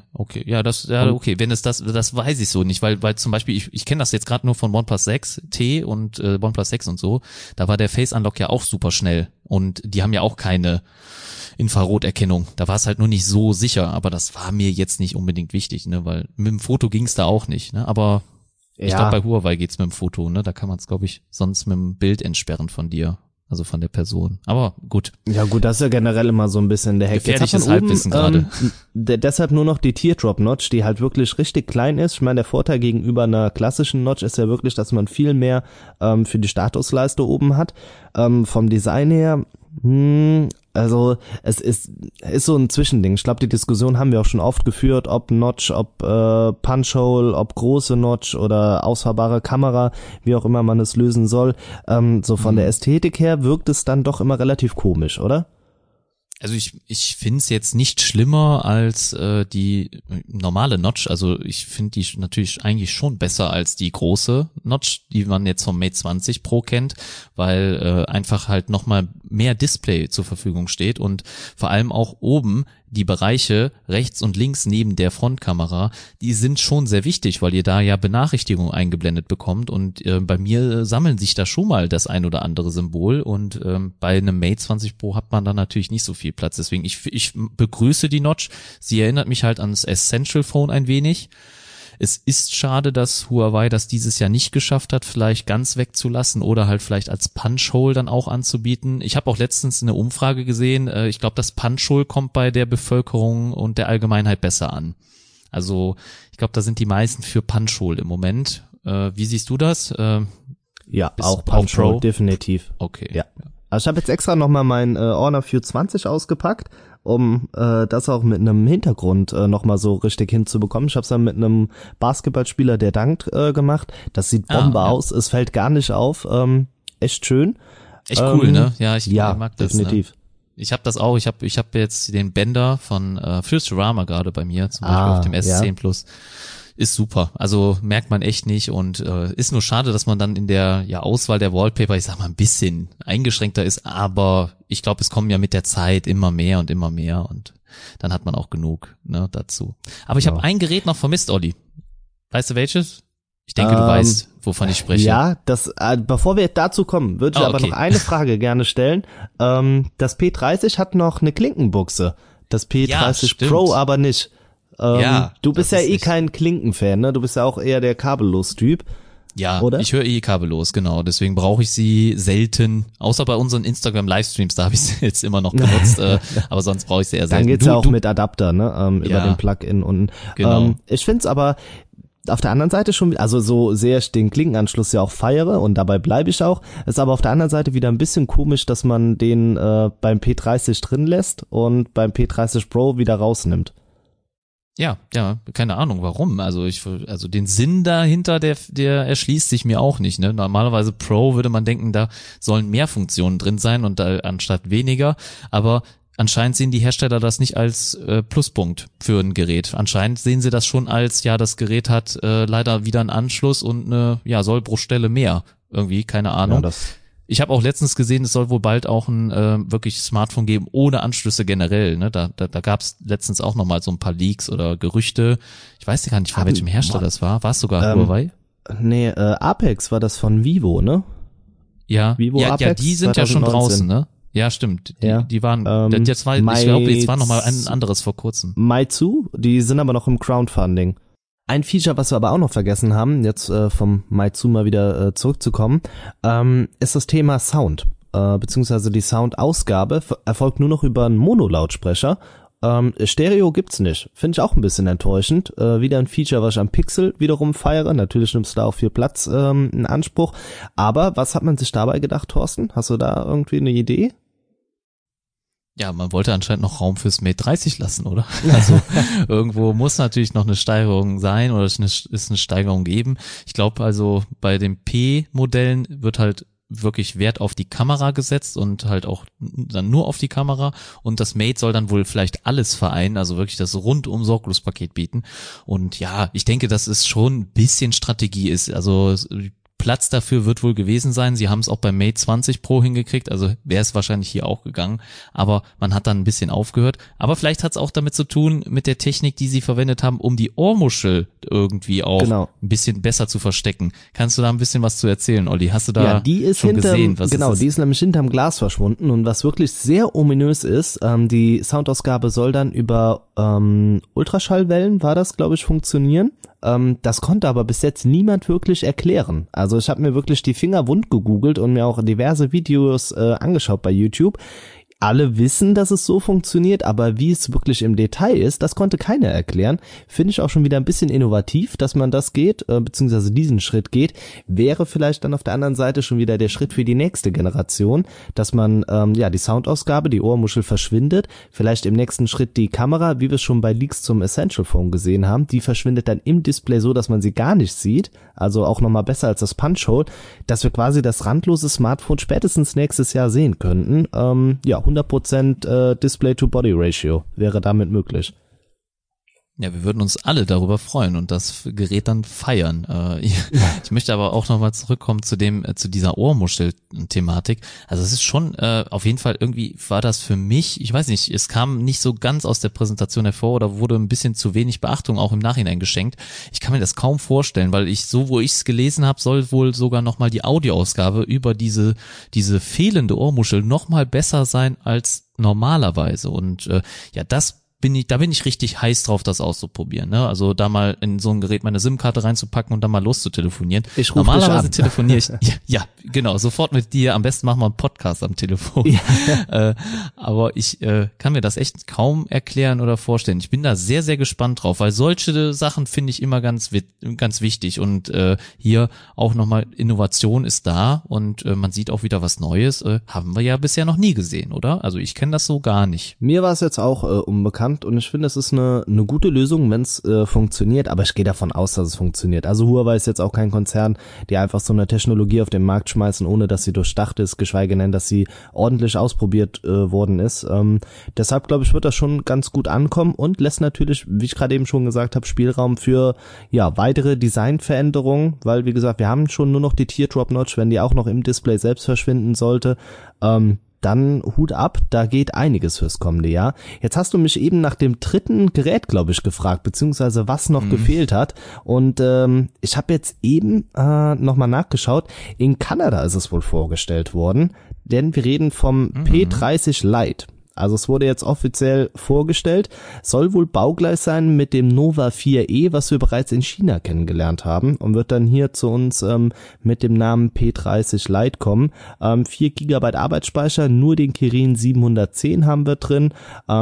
okay, wenn es das weiß ich so nicht, weil zum Beispiel, ich kenne das jetzt gerade nur von OnePlus 6 T und OnePlus 6 und so, da war der Face Unlock ja auch super schnell und die haben ja auch keine Infraroterkennung, da war es halt nur nicht so sicher, aber das war mir jetzt nicht unbedingt wichtig, ne, weil mit dem Foto ging's da auch nicht, ne, aber ich glaube bei Huawei geht's mit dem Foto, ne, da kann man es glaube ich sonst mit dem Bild entsperren von dir. Also von der Person. Aber gut. Ja gut, das ist ja generell immer so ein bisschen der Hack. Gefährliches Halbwissen gerade. Deshalb nur noch die Teardrop-Notch, die halt wirklich richtig klein ist. Ich meine, der Vorteil gegenüber einer klassischen Notch ist ja wirklich, dass man viel mehr für die Statusleiste oben hat. Vom Design her, also es ist so ein Zwischending. Ich glaube, die Diskussion haben wir auch schon oft geführt, ob Notch, ob Punch-Hole, ob große Notch oder ausfahrbare Kamera, wie auch immer man es lösen soll. So von der Ästhetik her wirkt es dann doch immer relativ komisch, oder? Also ich finde es jetzt nicht schlimmer als die normale Notch. Also ich finde die natürlich eigentlich schon besser als die große Notch, die man jetzt vom Mate 20 Pro kennt, weil einfach halt nochmal mehr Display zur Verfügung steht und vor allem auch oben die Bereiche rechts und links neben der Frontkamera, die sind schon sehr wichtig, weil ihr da ja Benachrichtigungen eingeblendet bekommt und bei mir sammeln sich da schon mal das ein oder andere Symbol und bei einem Mate 20 Pro hat man da natürlich nicht so viel Platz, deswegen ich begrüße die Notch, sie erinnert mich halt an das Essential Phone ein wenig. Es ist schade, dass Huawei das dieses Jahr nicht geschafft hat, vielleicht ganz wegzulassen oder halt vielleicht als Punch-Hole dann auch anzubieten. Ich habe auch letztens eine Umfrage gesehen. Ich glaube, das Punch-Hole kommt bei der Bevölkerung und der Allgemeinheit besser an. Also ich glaube, da sind die meisten für Punch-Hole im Moment. Wie siehst du das? Ja, auch Punch-Hole, definitiv. Okay. Ja. Also ich habe jetzt extra nochmal mein Honor View 20 ausgepackt, um das auch mit einem Hintergrund nochmal so richtig hinzubekommen. Ich habe es dann mit einem Basketballspieler, der dankt, gemacht. Das sieht Bombe aus, es fällt gar nicht auf. Echt schön. Echt cool, ne? Ja, ich mag das. Definitiv. Ne? Ich habe das auch. Ich hab jetzt den Bänder von Futurama gerade bei mir, zum Beispiel auf dem S10 Plus. Ist super. Also merkt man echt nicht und ist nur schade, dass man dann in der Auswahl der Wallpaper, ich sag mal, ein bisschen eingeschränkter ist, aber ich glaube, es kommen ja mit der Zeit immer mehr und dann hat man auch genug dazu. Aber ich habe ein Gerät noch vermisst, Olli. Weißt du welches? Ich denke, du weißt, wovon ich spreche. Ja, bevor wir dazu kommen, würde ich aber noch eine Frage gerne stellen. Das P30 hat noch eine Klinkenbuchse, das P30 Pro aber nicht. Du bist ja kein Klinken-Fan, ne? Du bist ja auch eher der Kabellos-Typ. Ja, oder? Ich höre kabellos, genau. Deswegen brauche ich sie selten, außer bei unseren Instagram-Livestreams, da habe ich sie jetzt immer noch benutzt, aber sonst brauche ich sie eher selten. Dann geht's ja auch mit Adapter, ne? Über den Plugin und genau. Ich find's aber auf der anderen Seite schon, also so sehr ich den Klinkenanschluss ja auch feiere und dabei bleibe ich auch, ist aber auf der anderen Seite wieder ein bisschen komisch, dass man den beim P30 drin lässt und beim P30 Pro wieder rausnimmt. Ja, keine Ahnung, warum. Also den Sinn dahinter, der erschließt sich mir auch nicht, ne? Normalerweise Pro würde man denken, da sollen mehr Funktionen drin sein und da anstatt weniger, aber anscheinend sehen die Hersteller das nicht als Pluspunkt für ein Gerät. Anscheinend sehen sie das schon als, ja, das Gerät hat leider wieder einen Anschluss und eine Sollbruchstelle mehr. Irgendwie, keine Ahnung. Ja, ich habe auch letztens gesehen, es soll wohl bald auch ein wirklich Smartphone geben ohne Anschlüsse generell. Ne? Da gab es letztens auch nochmal so ein paar Leaks oder Gerüchte. Ich weiß gar nicht, von welchem Hersteller das war. War es sogar Huawei? Nee, Apex war das von Vivo, ne? Ja, Vivo Apex ja, die sind 2019. Ja schon draußen, ne? Ja, stimmt. Die waren, ich glaube, jetzt war nochmal ein anderes vor kurzem. Meizu, die sind aber noch im Crowdfunding. Ein Feature, was wir aber auch noch vergessen haben, jetzt vom Meizu mal wieder zurückzukommen, ist das Thema Sound, beziehungsweise die Soundausgabe erfolgt nur noch über einen Mono-Lautsprecher. Stereo gibt's nicht. Finde ich auch ein bisschen enttäuschend. Wieder ein Feature, was ich am Pixel wiederum feiere. Natürlich nimmst du da auch viel Platz in Anspruch. Aber was hat man sich dabei gedacht, Thorsten? Hast du da irgendwie eine Idee? Ja, man wollte anscheinend noch Raum fürs Mate 30 lassen, oder? Also irgendwo muss natürlich noch eine Steigerung sein oder es ist eine Steigerung geben. Ich glaube also bei den P-Modellen wird halt wirklich Wert auf die Kamera gesetzt und halt auch dann nur auf die Kamera und das Mate soll dann wohl vielleicht alles vereinen, also wirklich das rundum Sorglos-Paket bieten. Und ja, ich denke, dass es schon ein bisschen Strategie ist, also Platz dafür wird wohl gewesen sein. Sie haben es auch beim Mate 20 Pro hingekriegt, also wäre es wahrscheinlich hier auch gegangen, aber man hat dann ein bisschen aufgehört. Aber vielleicht hat es auch damit zu tun, mit der Technik, die sie verwendet haben, um die Ohrmuschel irgendwie auch ein bisschen besser zu verstecken. Kannst du da ein bisschen was zu erzählen, Olli? Hast du da die ist schon gesehen? Die ist nämlich hinterm Glas verschwunden und was wirklich sehr ominös ist, die Soundausgabe soll dann über Ultraschallwellen, war das, glaube ich, funktionieren. Das konnte aber bis jetzt niemand wirklich erklären. Also ich habe mir wirklich die Finger wund gegoogelt und mir auch diverse Videos angeschaut bei YouTube. Alle wissen, dass es so funktioniert, aber wie es wirklich im Detail ist, das konnte keiner erklären. Finde ich auch schon wieder ein bisschen innovativ, dass man das geht, beziehungsweise diesen Schritt geht. Wäre vielleicht dann auf der anderen Seite schon wieder der Schritt für die nächste Generation, dass man die Soundausgabe, die Ohrmuschel verschwindet, vielleicht im nächsten Schritt die Kamera, wie wir es schon bei Leaks zum Essential Phone gesehen haben, die verschwindet dann im Display so, dass man sie gar nicht sieht, also auch nochmal besser als das Punch-Hole, dass wir quasi das randlose Smartphone spätestens nächstes Jahr sehen könnten. 100% Display-to-Body-Ratio wäre damit möglich. Ja, wir würden uns alle darüber freuen und das Gerät dann feiern. Ich möchte aber auch nochmal zurückkommen zu dieser Ohrmuschel-Thematik. Also es ist schon, auf jeden Fall irgendwie war das für mich, ich weiß nicht, es kam nicht so ganz aus der Präsentation hervor oder wurde ein bisschen zu wenig Beachtung auch im Nachhinein geschenkt. Ich kann mir das kaum vorstellen, weil wo ich es gelesen habe, soll wohl sogar nochmal die Audioausgabe über diese fehlende Ohrmuschel nochmal besser sein als normalerweise und da bin ich richtig heiß drauf, das auszuprobieren. Ne? Also da mal in so ein Gerät meine SIM-Karte reinzupacken und dann mal loszutelefonieren. Normalerweise telefoniere ich, ja, genau, sofort mit dir. Am besten machen wir einen Podcast am Telefon. Ja. Aber ich kann mir das echt kaum erklären oder vorstellen. Ich bin da sehr, sehr gespannt drauf, weil solche Sachen finde ich immer ganz wichtig. Und hier auch nochmal, Innovation ist da und man sieht auch wieder was Neues. Haben wir ja bisher noch nie gesehen, oder? Also ich kenne das so gar nicht. Mir war es jetzt auch unbekannt. Und ich finde, es ist eine gute Lösung, wenn es funktioniert, aber ich gehe davon aus, dass es funktioniert. Also Huawei ist jetzt auch kein Konzern, die einfach so eine Technologie auf den Markt schmeißen, ohne dass sie durchdacht ist, geschweige denn, dass sie ordentlich ausprobiert worden ist. Deshalb, glaube ich, wird das schon ganz gut ankommen und lässt natürlich, wie ich gerade eben schon gesagt habe, Spielraum für weitere Designveränderungen, weil, wie gesagt, wir haben schon nur noch die Teardrop-Notch, wenn die auch noch im Display selbst verschwinden sollte, dann Hut ab, da geht einiges fürs kommende Jahr. Jetzt hast du mich eben nach dem dritten Gerät, glaube ich, gefragt, beziehungsweise was noch gefehlt hat. Und ich habe jetzt eben nochmal nachgeschaut. In Kanada ist es wohl vorgestellt worden, denn wir reden vom P30 Lite. Also es wurde jetzt offiziell vorgestellt, soll wohl baugleich sein mit dem Nova 4e, was wir bereits in China kennengelernt haben und wird dann hier zu uns mit dem Namen P30 Lite kommen. 4 GB Arbeitsspeicher, nur den Kirin 710 haben wir drin,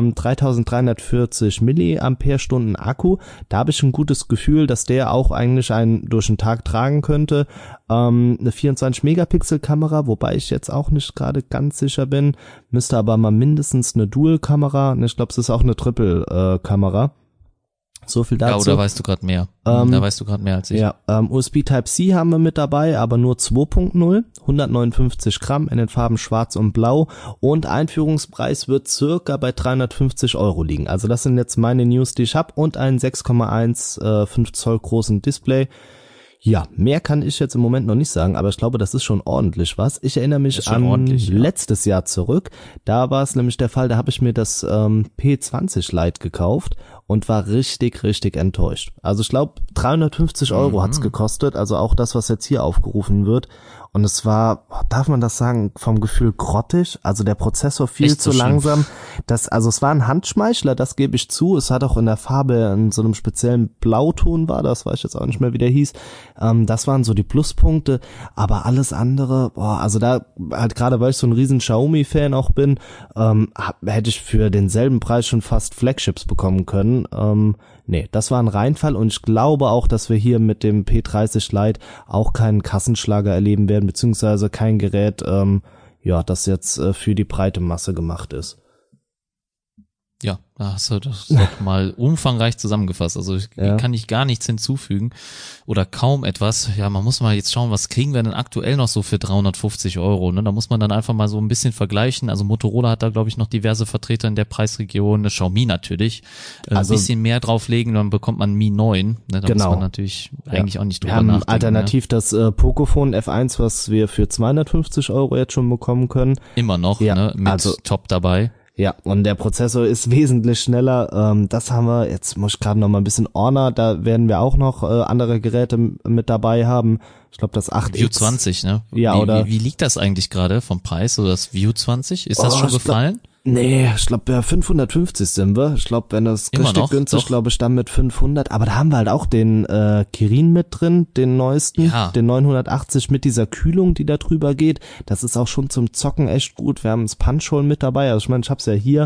3340 mAh Akku. Da habe ich ein gutes Gefühl, dass der auch eigentlich einen durch den Tag tragen könnte. Eine 24-Megapixel-Kamera, wobei ich jetzt auch nicht gerade ganz sicher bin, müsste aber mal mindestens eine Dual-Kamera, ich glaube, es ist auch eine Triple-Kamera. So viel dazu. Ja, oder weißt du gerade mehr? Da weißt du gerade mehr als ich. Ja, USB Type-C haben wir mit dabei, aber nur 2.0, 159 Gramm in den Farben Schwarz und Blau und Einführungspreis wird circa bei 350 € liegen. Also das sind jetzt meine News, die ich habe und einen 6,15 Zoll großen Display. Ja, mehr kann ich jetzt im Moment noch nicht sagen, aber ich glaube, das ist schon ordentlich was. Ich erinnere mich an letztes Jahr zurück. Da war es nämlich der Fall, da habe ich mir das P20 Lite gekauft und war richtig, richtig enttäuscht. Also ich glaube, 350 € hat's gekostet, also auch das, was jetzt hier aufgerufen wird. Und es war, darf man das sagen, vom Gefühl grottig, also der Prozessor viel zu langsam. Also es war ein Handschmeichler, das gebe ich zu. Es hat auch in der Farbe in so einem speziellen Blauton war, das weiß ich jetzt auch nicht mehr, wie der hieß. Das waren so die Pluspunkte, aber alles andere, also da halt gerade, weil ich so ein riesen Xiaomi-Fan auch bin, hätte ich für denselben Preis schon fast Flagships bekommen können. Nee, das war ein Reinfall und ich glaube auch, dass wir hier mit dem P30 Lite auch keinen Kassenschlager erleben werden, beziehungsweise kein Gerät, das jetzt für die breite Masse gemacht ist. Ja, da hast du das doch mal umfangreich zusammengefasst. Also kann ich gar nichts hinzufügen oder kaum etwas. Ja, man muss mal jetzt schauen, was kriegen wir denn aktuell noch so für 350 €, ne? Da muss man dann einfach mal so ein bisschen vergleichen. Also Motorola hat da, glaube ich, noch diverse Vertreter in der Preisregion. Xiaomi natürlich. Also ein bisschen mehr drauflegen, dann bekommt man Mi 9. Ne? Da muss man natürlich eigentlich auch nicht drüber nachdenken. Wir haben alternativ das Pocophone F1, was wir für 250 € jetzt schon bekommen können. Immer noch, ne? Mit Top dabei. Ja, und der Prozessor ist wesentlich schneller. Das haben wir, jetzt muss ich gerade noch mal ein bisschen Honor, da werden wir auch noch andere Geräte mit dabei haben. Ich glaube, das 8X. View 20, ne? Ja, wie liegt das eigentlich gerade vom Preis, oder das View 20? Ist das schon gefallen? Nee, ich glaube, 550 sind wir. Ich glaube, wenn das richtig günstig, glaube ich, dann mit 500. Aber da haben wir halt auch den Kirin mit drin, den neuesten, den 980 mit dieser Kühlung, die da drüber geht. Das ist auch schon zum Zocken echt gut. Wir haben das Punch-Hole mit dabei. Also ich meine, ich hab's ja hier.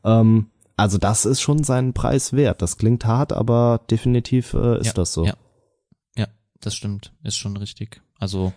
Also das ist schon seinen Preis wert. Das klingt hart, aber definitiv ist das so. Ja, das stimmt. Ist schon richtig. Also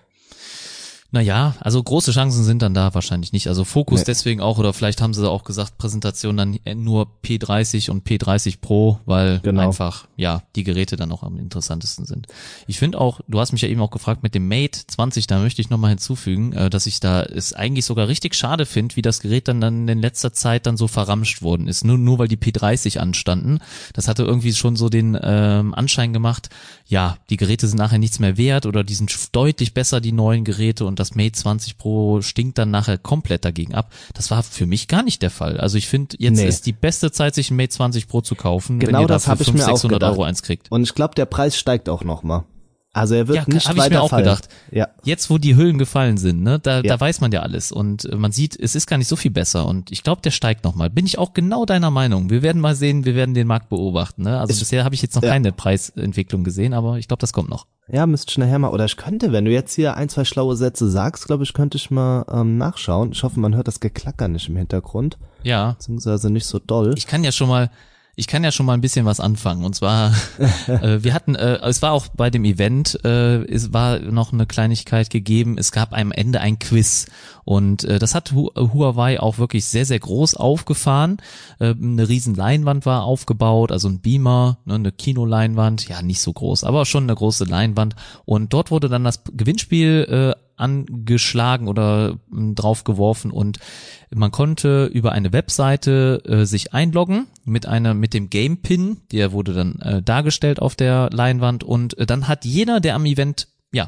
naja, also große Chancen sind dann da wahrscheinlich nicht. Also Fokus deswegen auch, oder vielleicht haben sie auch gesagt, Präsentation dann nur P30 und P30 Pro, weil einfach, die Geräte dann auch am interessantesten sind. Ich finde auch, du hast mich ja eben auch gefragt mit dem Mate 20, da möchte ich nochmal hinzufügen, dass ich da es eigentlich sogar richtig schade finde, wie das Gerät dann in letzter Zeit dann so verramscht worden ist. Nur weil die P30 anstanden. Das hatte irgendwie schon so den Anschein gemacht, die Geräte sind nachher nichts mehr wert oder die sind deutlich besser, die neuen Geräte, und das Mate 20 Pro stinkt dann nachher komplett dagegen ab. Das war für mich gar nicht der Fall. Also ich finde, jetzt ist die beste Zeit, sich ein Mate 20 Pro zu kaufen, genau, wenn ihr das dafür 500-600 € eins kriegt. Und ich glaube, der Preis steigt auch nochmal. Also er wird nicht weiter fallen. Habe ich mir auch gedacht. Ja. Jetzt, wo die Hüllen gefallen sind, ne, da weiß man ja alles und man sieht, es ist gar nicht so viel besser und ich glaube, der steigt nochmal. Bin ich auch genau deiner Meinung. Wir werden mal sehen, wir werden den Markt beobachten. Ne? Also bisher habe ich jetzt noch keine Preisentwicklung gesehen, aber ich glaube, das kommt noch. Ja, müsste ich nachher mal, oder ich könnte, wenn du jetzt hier 1, 2 schlaue Sätze sagst, glaube ich, könnte ich mal nachschauen. Ich hoffe, man hört das Geklacker nicht im Hintergrund. Ja. Beziehungsweise nicht so doll. Ich kann ja schon mal ein bisschen was anfangen, und zwar wir hatten, es war auch bei dem Event, es war noch eine Kleinigkeit gegeben, es gab am Ende ein Quiz und das hat Huawei auch wirklich sehr, sehr groß aufgefahren, eine riesen Leinwand war aufgebaut, also ein Beamer, ne, eine Kinoleinwand, ja nicht so groß, aber schon eine große Leinwand, und dort wurde dann das Gewinnspiel angeschlagen oder draufgeworfen und man konnte über eine Webseite sich einloggen mit dem Game Pin, der wurde dann dargestellt auf der Leinwand, und dann hat jeder, der am Event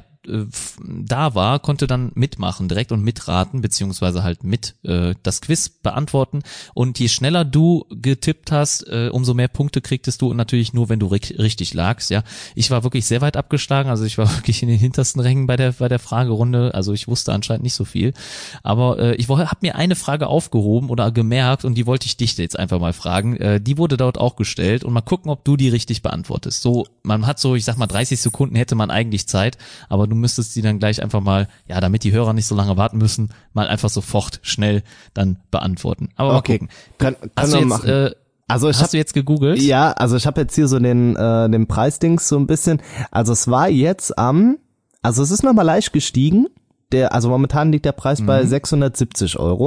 da war, konnte dann mitmachen direkt und mitraten, beziehungsweise halt mit das Quiz beantworten, und je schneller du getippt hast, umso mehr Punkte kriegtest du, und natürlich nur, wenn du richtig lagst, ja. Ich war wirklich sehr weit abgeschlagen, also ich war wirklich in den hintersten Rängen bei der Fragerunde, also ich wusste anscheinend nicht so viel, aber ich habe mir eine Frage aufgehoben oder gemerkt, und die wollte ich dich jetzt einfach mal fragen, die wurde dort auch gestellt, und mal gucken, ob du die richtig beantwortest. So, man hat so, ich sag mal 30 Sekunden hätte man eigentlich Zeit, aber du müsstest die dann gleich einfach mal, damit die Hörer nicht so lange warten müssen, mal einfach sofort schnell dann beantworten. Aber mal gucken. Hast du jetzt, hast du jetzt gegoogelt? Ja, also ich habe jetzt hier so den Preisdings so ein bisschen, also es war jetzt es ist nochmal leicht gestiegen, also momentan liegt der Preis bei 670 €.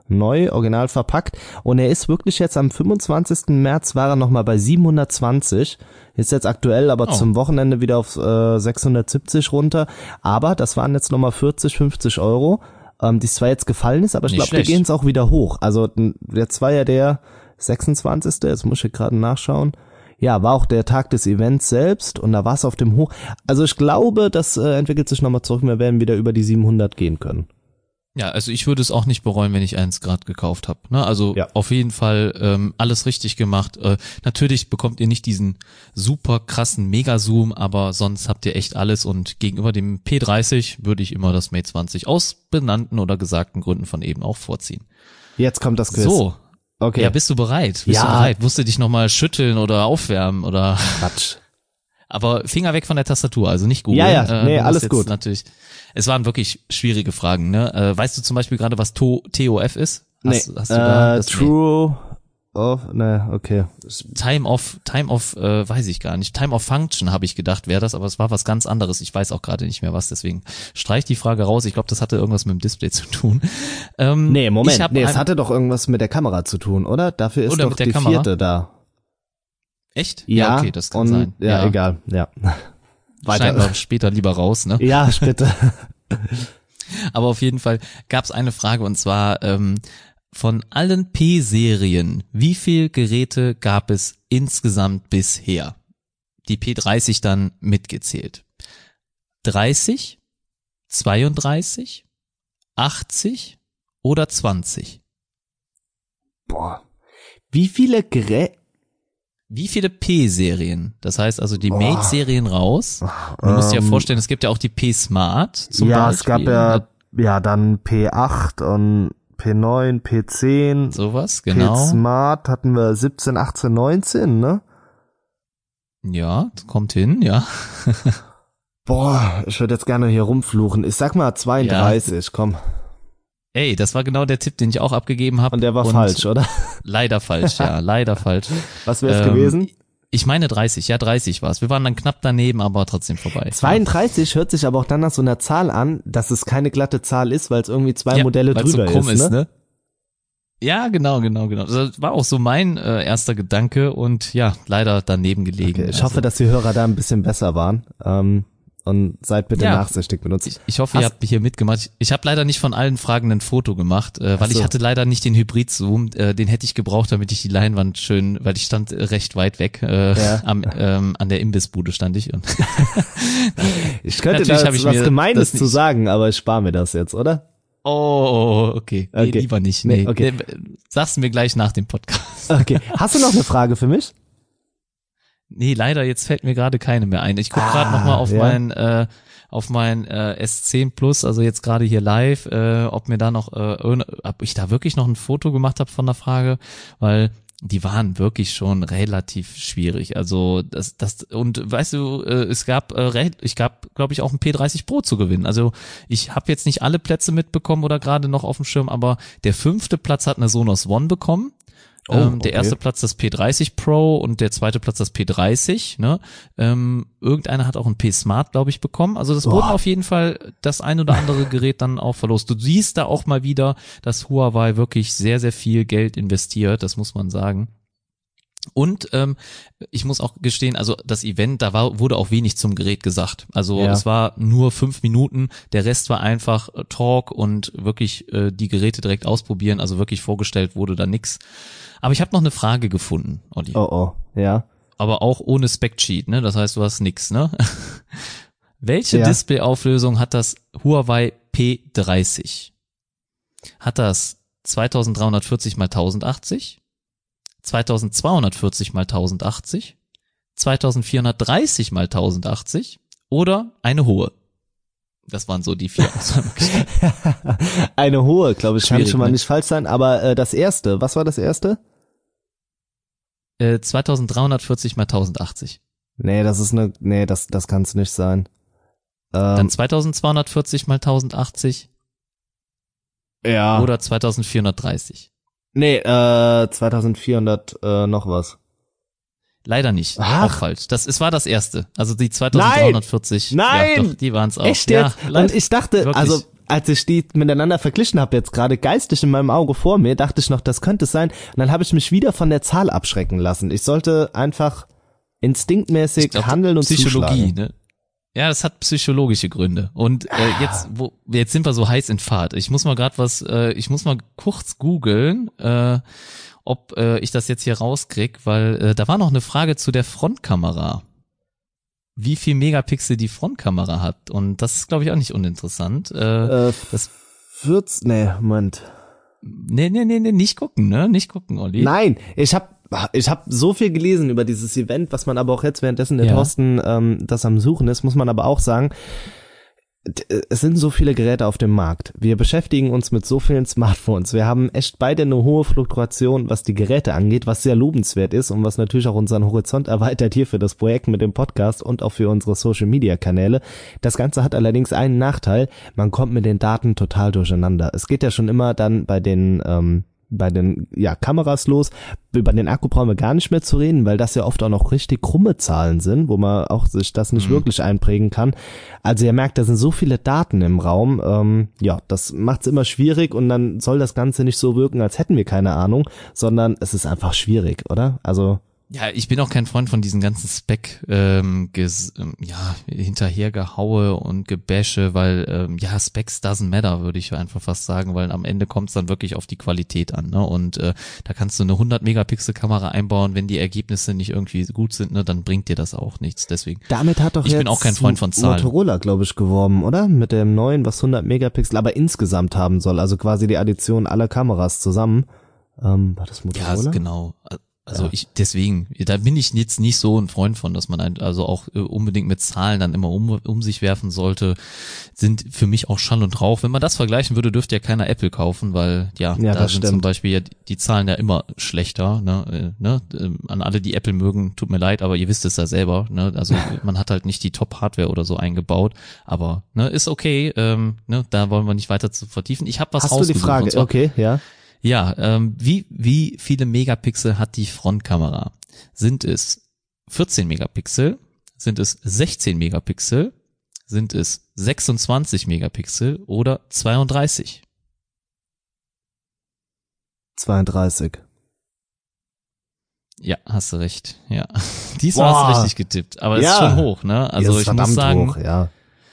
neu, original verpackt. Und er ist wirklich jetzt am 25. März war er nochmal bei 720. Ist jetzt aktuell aber zum Wochenende wieder auf 670 runter. Aber das waren jetzt nochmal 40, 50 Euro, die zwar jetzt gefallen ist, aber ich glaube, die gehen es auch wieder hoch. Also jetzt war ja der 26. Jetzt muss ich gerade nachschauen. Ja, war auch der Tag des Events selbst und da war es auf dem Hoch. Also ich glaube, das entwickelt sich nochmal zurück. Wir werden wieder über die 700 gehen können. Ja, also ich würde es auch nicht bereuen, wenn ich eins gerade gekauft habe. Ne? Also auf jeden Fall alles richtig gemacht. Natürlich bekommt ihr nicht diesen super krassen Mega-Zoom, aber sonst habt ihr echt alles. Und gegenüber dem P30 würde ich immer das Mate 20 aus benannten oder gesagten Gründen von eben auch vorziehen. Jetzt kommt das Quiz. So. Okay. Ja, bist du bereit? Bist du bereit? Musst du dich nochmal schütteln oder aufwärmen oder? Quatsch. Aber Finger weg von der Tastatur, also nicht googeln. Ja, nee, alles gut. Natürlich. Es waren wirklich schwierige Fragen, ne? Weißt du zum Beispiel gerade, was TOF ist? Hast du da True of, ne, okay. Time of, weiß ich gar nicht. Time of Function habe ich gedacht, wäre das, aber es war was ganz anderes. Ich weiß auch gerade nicht mehr was, deswegen streich die Frage raus. Ich glaube, das hatte irgendwas mit dem Display zu tun. Nee, Moment, es hatte doch irgendwas mit der Kamera zu tun, oder? Dafür ist doch die Kamera? 4. da. Echt? Ja, okay, das kann sein. Ja, egal, ja. Weiter. Schneiden wir später lieber raus, ne? Ja, bitte. Aber auf jeden Fall gab es eine Frage und zwar von allen P-Serien, wie viel Geräte gab es insgesamt bisher? Die P30 dann mitgezählt. 30, 32, 80 oder 20? Boah. Wie viele P-Serien? Das heißt also die Mate-Serien raus. Du musst dir ja vorstellen, es gibt ja auch die P-Smart zum Beispiel. Ja, es gab ja dann P8 und P9, P10. Sowas, genau. P-Smart hatten wir 17, 18, 19, ne? Ja, kommt hin, ja. Boah, ich würde jetzt gerne hier rumfluchen. Ich sag mal 32, komm. Ey, das war genau der Tipp, den ich auch abgegeben habe. Und der war falsch, oder? Leider falsch, ja, leider falsch. Was wäre es gewesen? Ich meine 30, ja 30 war es. Wir waren dann knapp daneben, aber trotzdem vorbei. 32 hört sich aber auch dann nach so einer Zahl an, dass es keine glatte Zahl ist, weil es irgendwie zwei Modelle drüber so ist, ne? Ja, genau. Das war auch so mein erster Gedanke und ja, leider daneben gelegen. Okay, ich hoffe, dass die Hörer da ein bisschen besser waren. Und seid bitte nachsichtig mit uns. Ich hoffe, ihr habt hier mitgemacht. Ich habe leider nicht von allen Fragen ein Foto gemacht, weil ich hatte leider nicht den Hybrid-Zoom. Den hätte ich gebraucht, damit ich die Leinwand schön, weil ich stand recht weit weg. An der Imbissbude stand ich. Und ich könnte da was Gemeines zu sagen, aber ich spare mir das jetzt, oder? Oh, okay. Nee, lieber nicht. Nee. Okay. Sag's mir gleich nach dem Podcast. Okay. Hast du noch eine Frage für mich? Nee, leider, jetzt fällt mir gerade keine mehr ein. Ich gucke gerade nochmal auf mein S10 Plus, also jetzt gerade hier live, ob mir da noch, ob ich da wirklich noch ein Foto gemacht habe von der Frage, weil die waren wirklich schon relativ schwierig. Also und weißt du, es gab, glaube ich, auch ein P30 Pro zu gewinnen. Also ich habe jetzt nicht alle Plätze mitbekommen oder gerade noch auf dem Schirm, aber der 5. Platz hat eine Sonos One bekommen. Okay. Der erste Platz das P30 Pro und der zweite Platz das P30, ne? Irgendeiner hat auch ein P-Smart, glaube ich, bekommen. Also das wurden auf jeden Fall das ein oder andere Gerät dann auch verlost. Du siehst da auch mal wieder, dass Huawei wirklich sehr, sehr viel Geld investiert, das muss man sagen. Und ich muss auch gestehen, also das Event, wurde auch wenig zum Gerät gesagt. Also es war nur 5 Minuten, der Rest war einfach Talk und wirklich die Geräte direkt ausprobieren, also wirklich vorgestellt wurde da nix. Aber ich habe noch eine Frage gefunden, Olli. Ja. Aber auch ohne Spec-Sheet, ne? Das heißt, du hast nix, ne? Welche Displayauflösung hat das Huawei P30? Hat das 2340 x 1080? 2240 x 1080, 2430 x 1080 oder eine hohe? Das waren so die 4 Auswahlmöglichkeiten. Eine hohe, glaube ich, kann schon mal nicht falsch sein, aber das erste, was war das erste? 2340 x 1080. Nee, das kann es nicht sein. Dann 2240 x 1080. Ja. Oder 2430. Nee, 2400 noch was. Leider nicht. Auch falsch. Es war das erste. Also die 2340. Nein! Ja, doch, die waren's auch. Echt jetzt? Ja, und ich dachte, wirklich. Also als ich die miteinander verglichen habe, jetzt gerade geistig in meinem Auge vor mir, dachte ich noch, das könnte es sein. Und dann habe ich mich wieder von der Zahl abschrecken lassen. Ich sollte einfach instinktmäßig handeln und Psychologie, zuschlagen. Ne? Ja, das hat psychologische Gründe. Und jetzt sind wir so heiß in Fahrt. Ich muss mal kurz googeln, ob ich das jetzt hier rauskrieg, weil da war noch eine Frage zu der Frontkamera. Wie viel Megapixel die Frontkamera hat. Und das ist, glaube ich, auch nicht uninteressant. Moment. Nee, nicht gucken, ne? Nicht gucken, Olli. Nein, ich hab so viel gelesen über dieses Event, was man aber auch jetzt währenddessen der Thorsten das am Suchen ist, muss man aber auch sagen, es sind so viele Geräte auf dem Markt. Wir beschäftigen uns mit so vielen Smartphones. Wir haben echt beide eine hohe Fluktuation, was die Geräte angeht, was sehr lobenswert ist und was natürlich auch unseren Horizont erweitert hier für das Projekt mit dem Podcast und auch für unsere Social-Media-Kanäle. Das Ganze hat allerdings einen Nachteil. Man kommt mit den Daten total durcheinander. Es geht ja schon immer dann bei den Kameras los. Über den Akku brauchen wir gar nicht mehr zu reden, weil das ja oft auch noch richtig krumme Zahlen sind, wo man auch sich das nicht wirklich einprägen kann. Also ihr merkt, da sind so viele Daten im Raum. Das macht's immer schwierig und dann soll das Ganze nicht so wirken, als hätten wir keine Ahnung, sondern es ist einfach schwierig, oder? Also ja, ich bin auch kein Freund von diesen ganzen hinterhergehaue und Gebäsche, weil Specs doesn't matter, würde ich einfach fast sagen, weil am Ende kommt es dann wirklich auf die Qualität an, ne? Und da kannst du eine 100 Megapixel Kamera einbauen, wenn die Ergebnisse nicht irgendwie gut sind, ne, dann bringt dir das auch nichts. Deswegen. Damit hat doch ich bin auch kein Freund von Zahlen. Motorola, glaube ich, geworben, oder? Mit dem neuen, was 100 Megapixel, aber insgesamt haben soll, also quasi die Addition aller Kameras zusammen. War das Motorola? Ja, genau. Also da bin ich jetzt nicht so ein Freund von, dass man auch unbedingt mit Zahlen dann immer um sich werfen sollte, sind für mich auch Schall und Rauch. Wenn man das vergleichen würde, dürfte ja keiner Apple kaufen, weil da sind stimmt. Zum Beispiel ja die Zahlen ja immer schlechter. An alle, die Apple mögen, tut mir leid, aber ihr wisst es ja selber. Ne? Also man hat halt nicht die Top-Hardware oder so eingebaut, aber ist okay. Da wollen wir nicht weiter zu vertiefen. Ich habe was rausgesucht. Hast du die Frage? Okay, ja. Ja, wie viele Megapixel hat die Frontkamera? Sind es 14 Megapixel? Sind es 16 Megapixel? Sind es 26 Megapixel oder 32? 32. Ja, hast du recht. Ja, diesmal hast du richtig getippt, aber es ist schon hoch, ne? Also ich muss sagen, hoch, ja.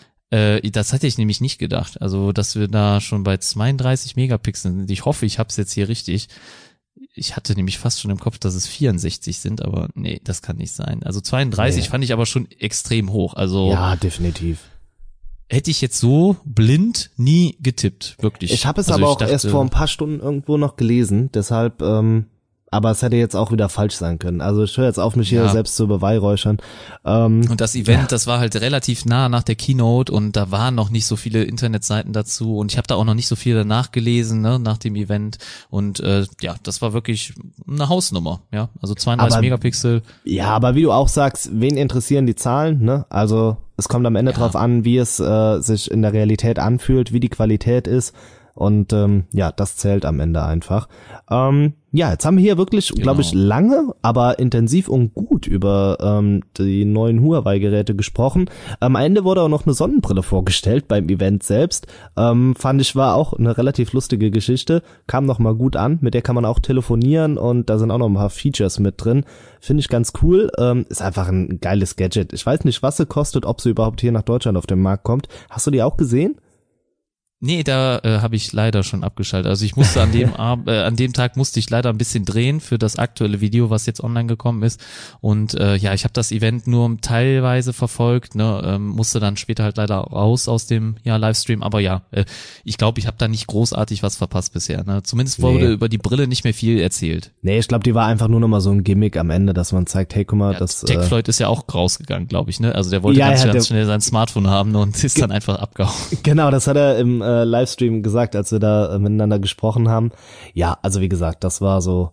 Das hätte ich nämlich nicht gedacht. Also, dass wir da schon bei 32 Megapixeln sind. Ich hoffe, ich habe es jetzt hier richtig. Ich hatte nämlich fast schon im Kopf, dass es 64 sind, aber nee, das kann nicht sein. Also 32 fand ich aber schon extrem hoch. Also ja, definitiv. Hätte ich jetzt so blind nie getippt, wirklich. Ich habe es aber auch erst vor ein paar Stunden irgendwo noch gelesen, deshalb aber es hätte jetzt auch wieder falsch sein können. Also ich höre jetzt auf, mich hier selbst zu beweihräuchern. Und das Event, das war halt relativ nah nach der Keynote und da waren noch nicht so viele Internetseiten dazu und ich habe da auch noch nicht so viel danach gelesen, ne, nach dem Event. Und das war wirklich eine Hausnummer, ja. Also 32 Megapixel. Ja, aber wie du auch sagst, wen interessieren die Zahlen, ne? Also es kommt am Ende drauf an, wie es sich in der Realität anfühlt, wie die Qualität ist. Und das zählt am Ende einfach. Jetzt haben wir hier wirklich, glaube ich, lange, aber intensiv und gut über die neuen Huawei-Geräte gesprochen. Am Ende wurde auch noch eine Sonnenbrille vorgestellt beim Event selbst. Fand ich, war auch eine relativ lustige Geschichte. Kam noch mal gut an, mit der kann man auch telefonieren und da sind auch noch ein paar Features mit drin. Finde ich ganz cool. Ist einfach ein geiles Gadget. Ich weiß nicht, was sie kostet, ob sie überhaupt hier nach Deutschland auf den Markt kommt. Hast du die auch gesehen? Nee, da habe ich leider schon abgeschaltet. Also ich musste an dem Tag musste ich leider ein bisschen drehen für das aktuelle Video, was jetzt online gekommen ist. Und ich habe das Event nur teilweise verfolgt, ne, musste dann später halt leider raus aus dem Livestream. Aber ich glaube, ich habe da nicht großartig was verpasst bisher. Ne? Zumindest wurde über die Brille nicht mehr viel erzählt. Nee, ich glaube, die war einfach nur noch mal so ein Gimmick am Ende, dass man zeigt, hey, guck mal, das. TechFloyd ist ja auch rausgegangen, glaube ich. Ne? Also der wollte ganz schnell sein Smartphone haben und ist dann einfach abgehauen. Genau, das hat er im Livestream gesagt, als wir da miteinander gesprochen haben. Ja, also wie gesagt, das war so,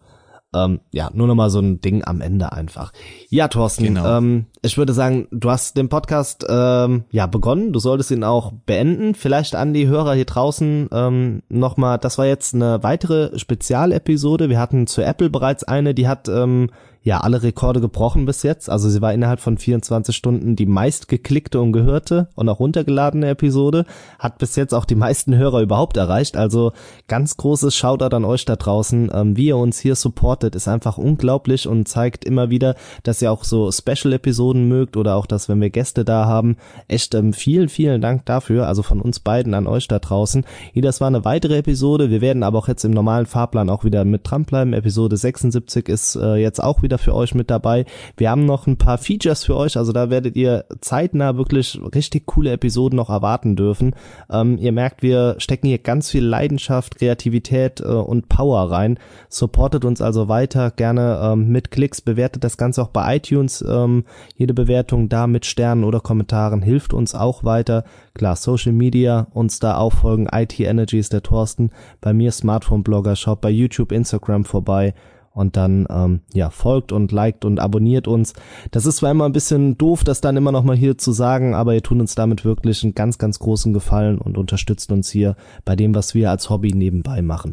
nur nochmal so ein Ding am Ende einfach. Ja, Thorsten, genau. Ich würde sagen, du hast den Podcast begonnen, du solltest ihn auch beenden. Vielleicht an die Hörer hier draußen nochmal, das war jetzt eine weitere Spezialepisode. Wir hatten zu Apple bereits eine, die hat alle Rekorde gebrochen bis jetzt. Also sie war innerhalb von 24 Stunden die meistgeklickte und gehörte und auch runtergeladene Episode. Hat bis jetzt auch die meisten Hörer überhaupt erreicht. Also ganz großes Shoutout an euch da draußen. Wie ihr uns hier supportet, ist einfach unglaublich und zeigt immer wieder, dass ihr auch so Special-Episoden mögt oder auch, dass, wenn wir Gäste da haben, echt vielen, vielen Dank dafür. Also von uns beiden an euch da draußen. Das war eine weitere Episode. Wir werden aber auch jetzt im normalen Fahrplan auch wieder mit dranbleiben. Episode 76 ist jetzt auch wieder für euch mit dabei. Wir haben noch ein paar Features für euch, also da werdet ihr zeitnah wirklich richtig coole Episoden noch erwarten dürfen. Ihr merkt, wir stecken hier ganz viel Leidenschaft, Kreativität und Power rein. Supportet uns also weiter, gerne mit Klicks, bewertet das Ganze auch bei iTunes. Jede Bewertung da mit Sternen oder Kommentaren hilft uns auch weiter. Klar, Social Media, uns da auch folgen. IT Energy ist der Thorsten, bei mir Smartphone-Blogger, schaut bei YouTube, Instagram vorbei. Und dann, folgt und liked und abonniert uns. Das ist zwar immer ein bisschen doof, das dann immer noch mal hier zu sagen, aber ihr tut uns damit wirklich einen ganz, ganz großen Gefallen und unterstützt uns hier bei dem, was wir als Hobby nebenbei machen.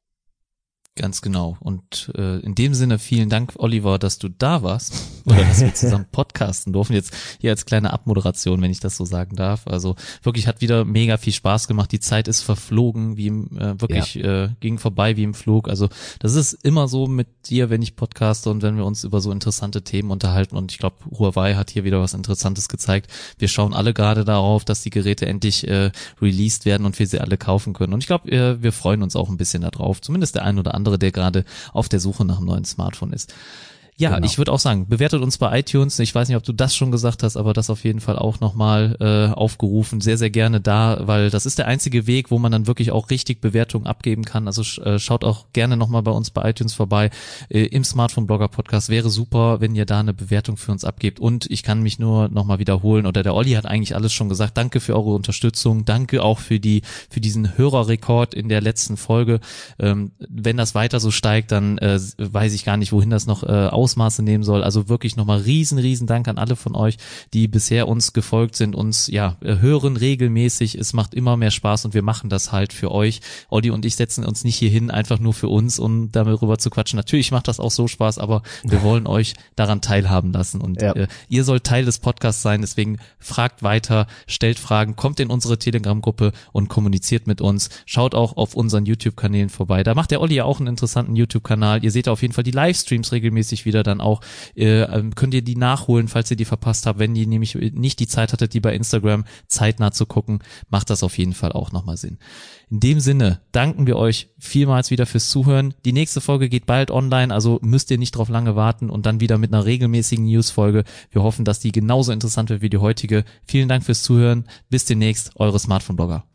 Ganz genau. Und in dem Sinne vielen Dank, Oliver, dass du da warst oder dass wir zusammen podcasten durften. Jetzt hier als kleine Abmoderation, wenn ich das so sagen darf. Also wirklich hat wieder mega viel Spaß gemacht. Die Zeit ist verflogen, wie im ging vorbei wie im Flug. Also das ist immer so mit dir, wenn ich podcaste und wenn wir uns über so interessante Themen unterhalten. Und ich glaube, Huawei hat hier wieder was Interessantes gezeigt. Wir schauen alle gerade darauf, dass die Geräte endlich released werden und wir sie alle kaufen können. Und ich glaube, wir freuen uns auch ein bisschen darauf. Zumindest der ein oder andere, der gerade auf der Suche nach einem neuen Smartphone ist. Ja, genau. Ich würde auch sagen, bewertet uns bei iTunes. Ich weiß nicht, ob du das schon gesagt hast, aber das auf jeden Fall auch nochmal aufgerufen. Sehr, sehr gerne da, weil das ist der einzige Weg, wo man dann wirklich auch richtig Bewertungen abgeben kann. Also schaut auch gerne nochmal bei uns bei iTunes vorbei. Im Smartphone-Blogger-Podcast wäre super, wenn ihr da eine Bewertung für uns abgebt. Und ich kann mich nur nochmal wiederholen, oder der Olli hat eigentlich alles schon gesagt. Danke für eure Unterstützung. Danke auch für diesen Hörerrekord in der letzten Folge. Wenn das weiter so steigt, dann weiß ich gar nicht, wohin das noch Ausmaße nehmen soll. Also wirklich nochmal riesen Dank an alle von euch, die bisher uns gefolgt sind, uns hören regelmäßig. Es macht immer mehr Spaß und wir machen das halt für euch. Olli und ich setzen uns nicht hier hin, einfach nur für uns, um darüber zu quatschen. Natürlich macht das auch so Spaß, aber wir wollen euch daran teilhaben lassen und ihr sollt Teil des Podcasts sein. Deswegen fragt weiter, stellt Fragen, kommt in unsere Telegram-Gruppe und kommuniziert mit uns. Schaut auch auf unseren YouTube-Kanälen vorbei. Da macht der Olli ja auch einen interessanten YouTube-Kanal. Ihr seht auf jeden Fall die Livestreams regelmäßig wieder dann auch, könnt ihr die nachholen, falls ihr die verpasst habt, wenn ihr nämlich nicht die Zeit hattet, die bei Instagram zeitnah zu gucken, macht das auf jeden Fall auch nochmal Sinn. In dem Sinne danken wir euch vielmals wieder fürs Zuhören. Die nächste Folge geht bald online, also müsst ihr nicht drauf lange warten und dann wieder mit einer regelmäßigen News-Folge. Wir hoffen, dass die genauso interessant wird wie die heutige. Vielen Dank fürs Zuhören. Bis demnächst, eure Smartphone-Blogger.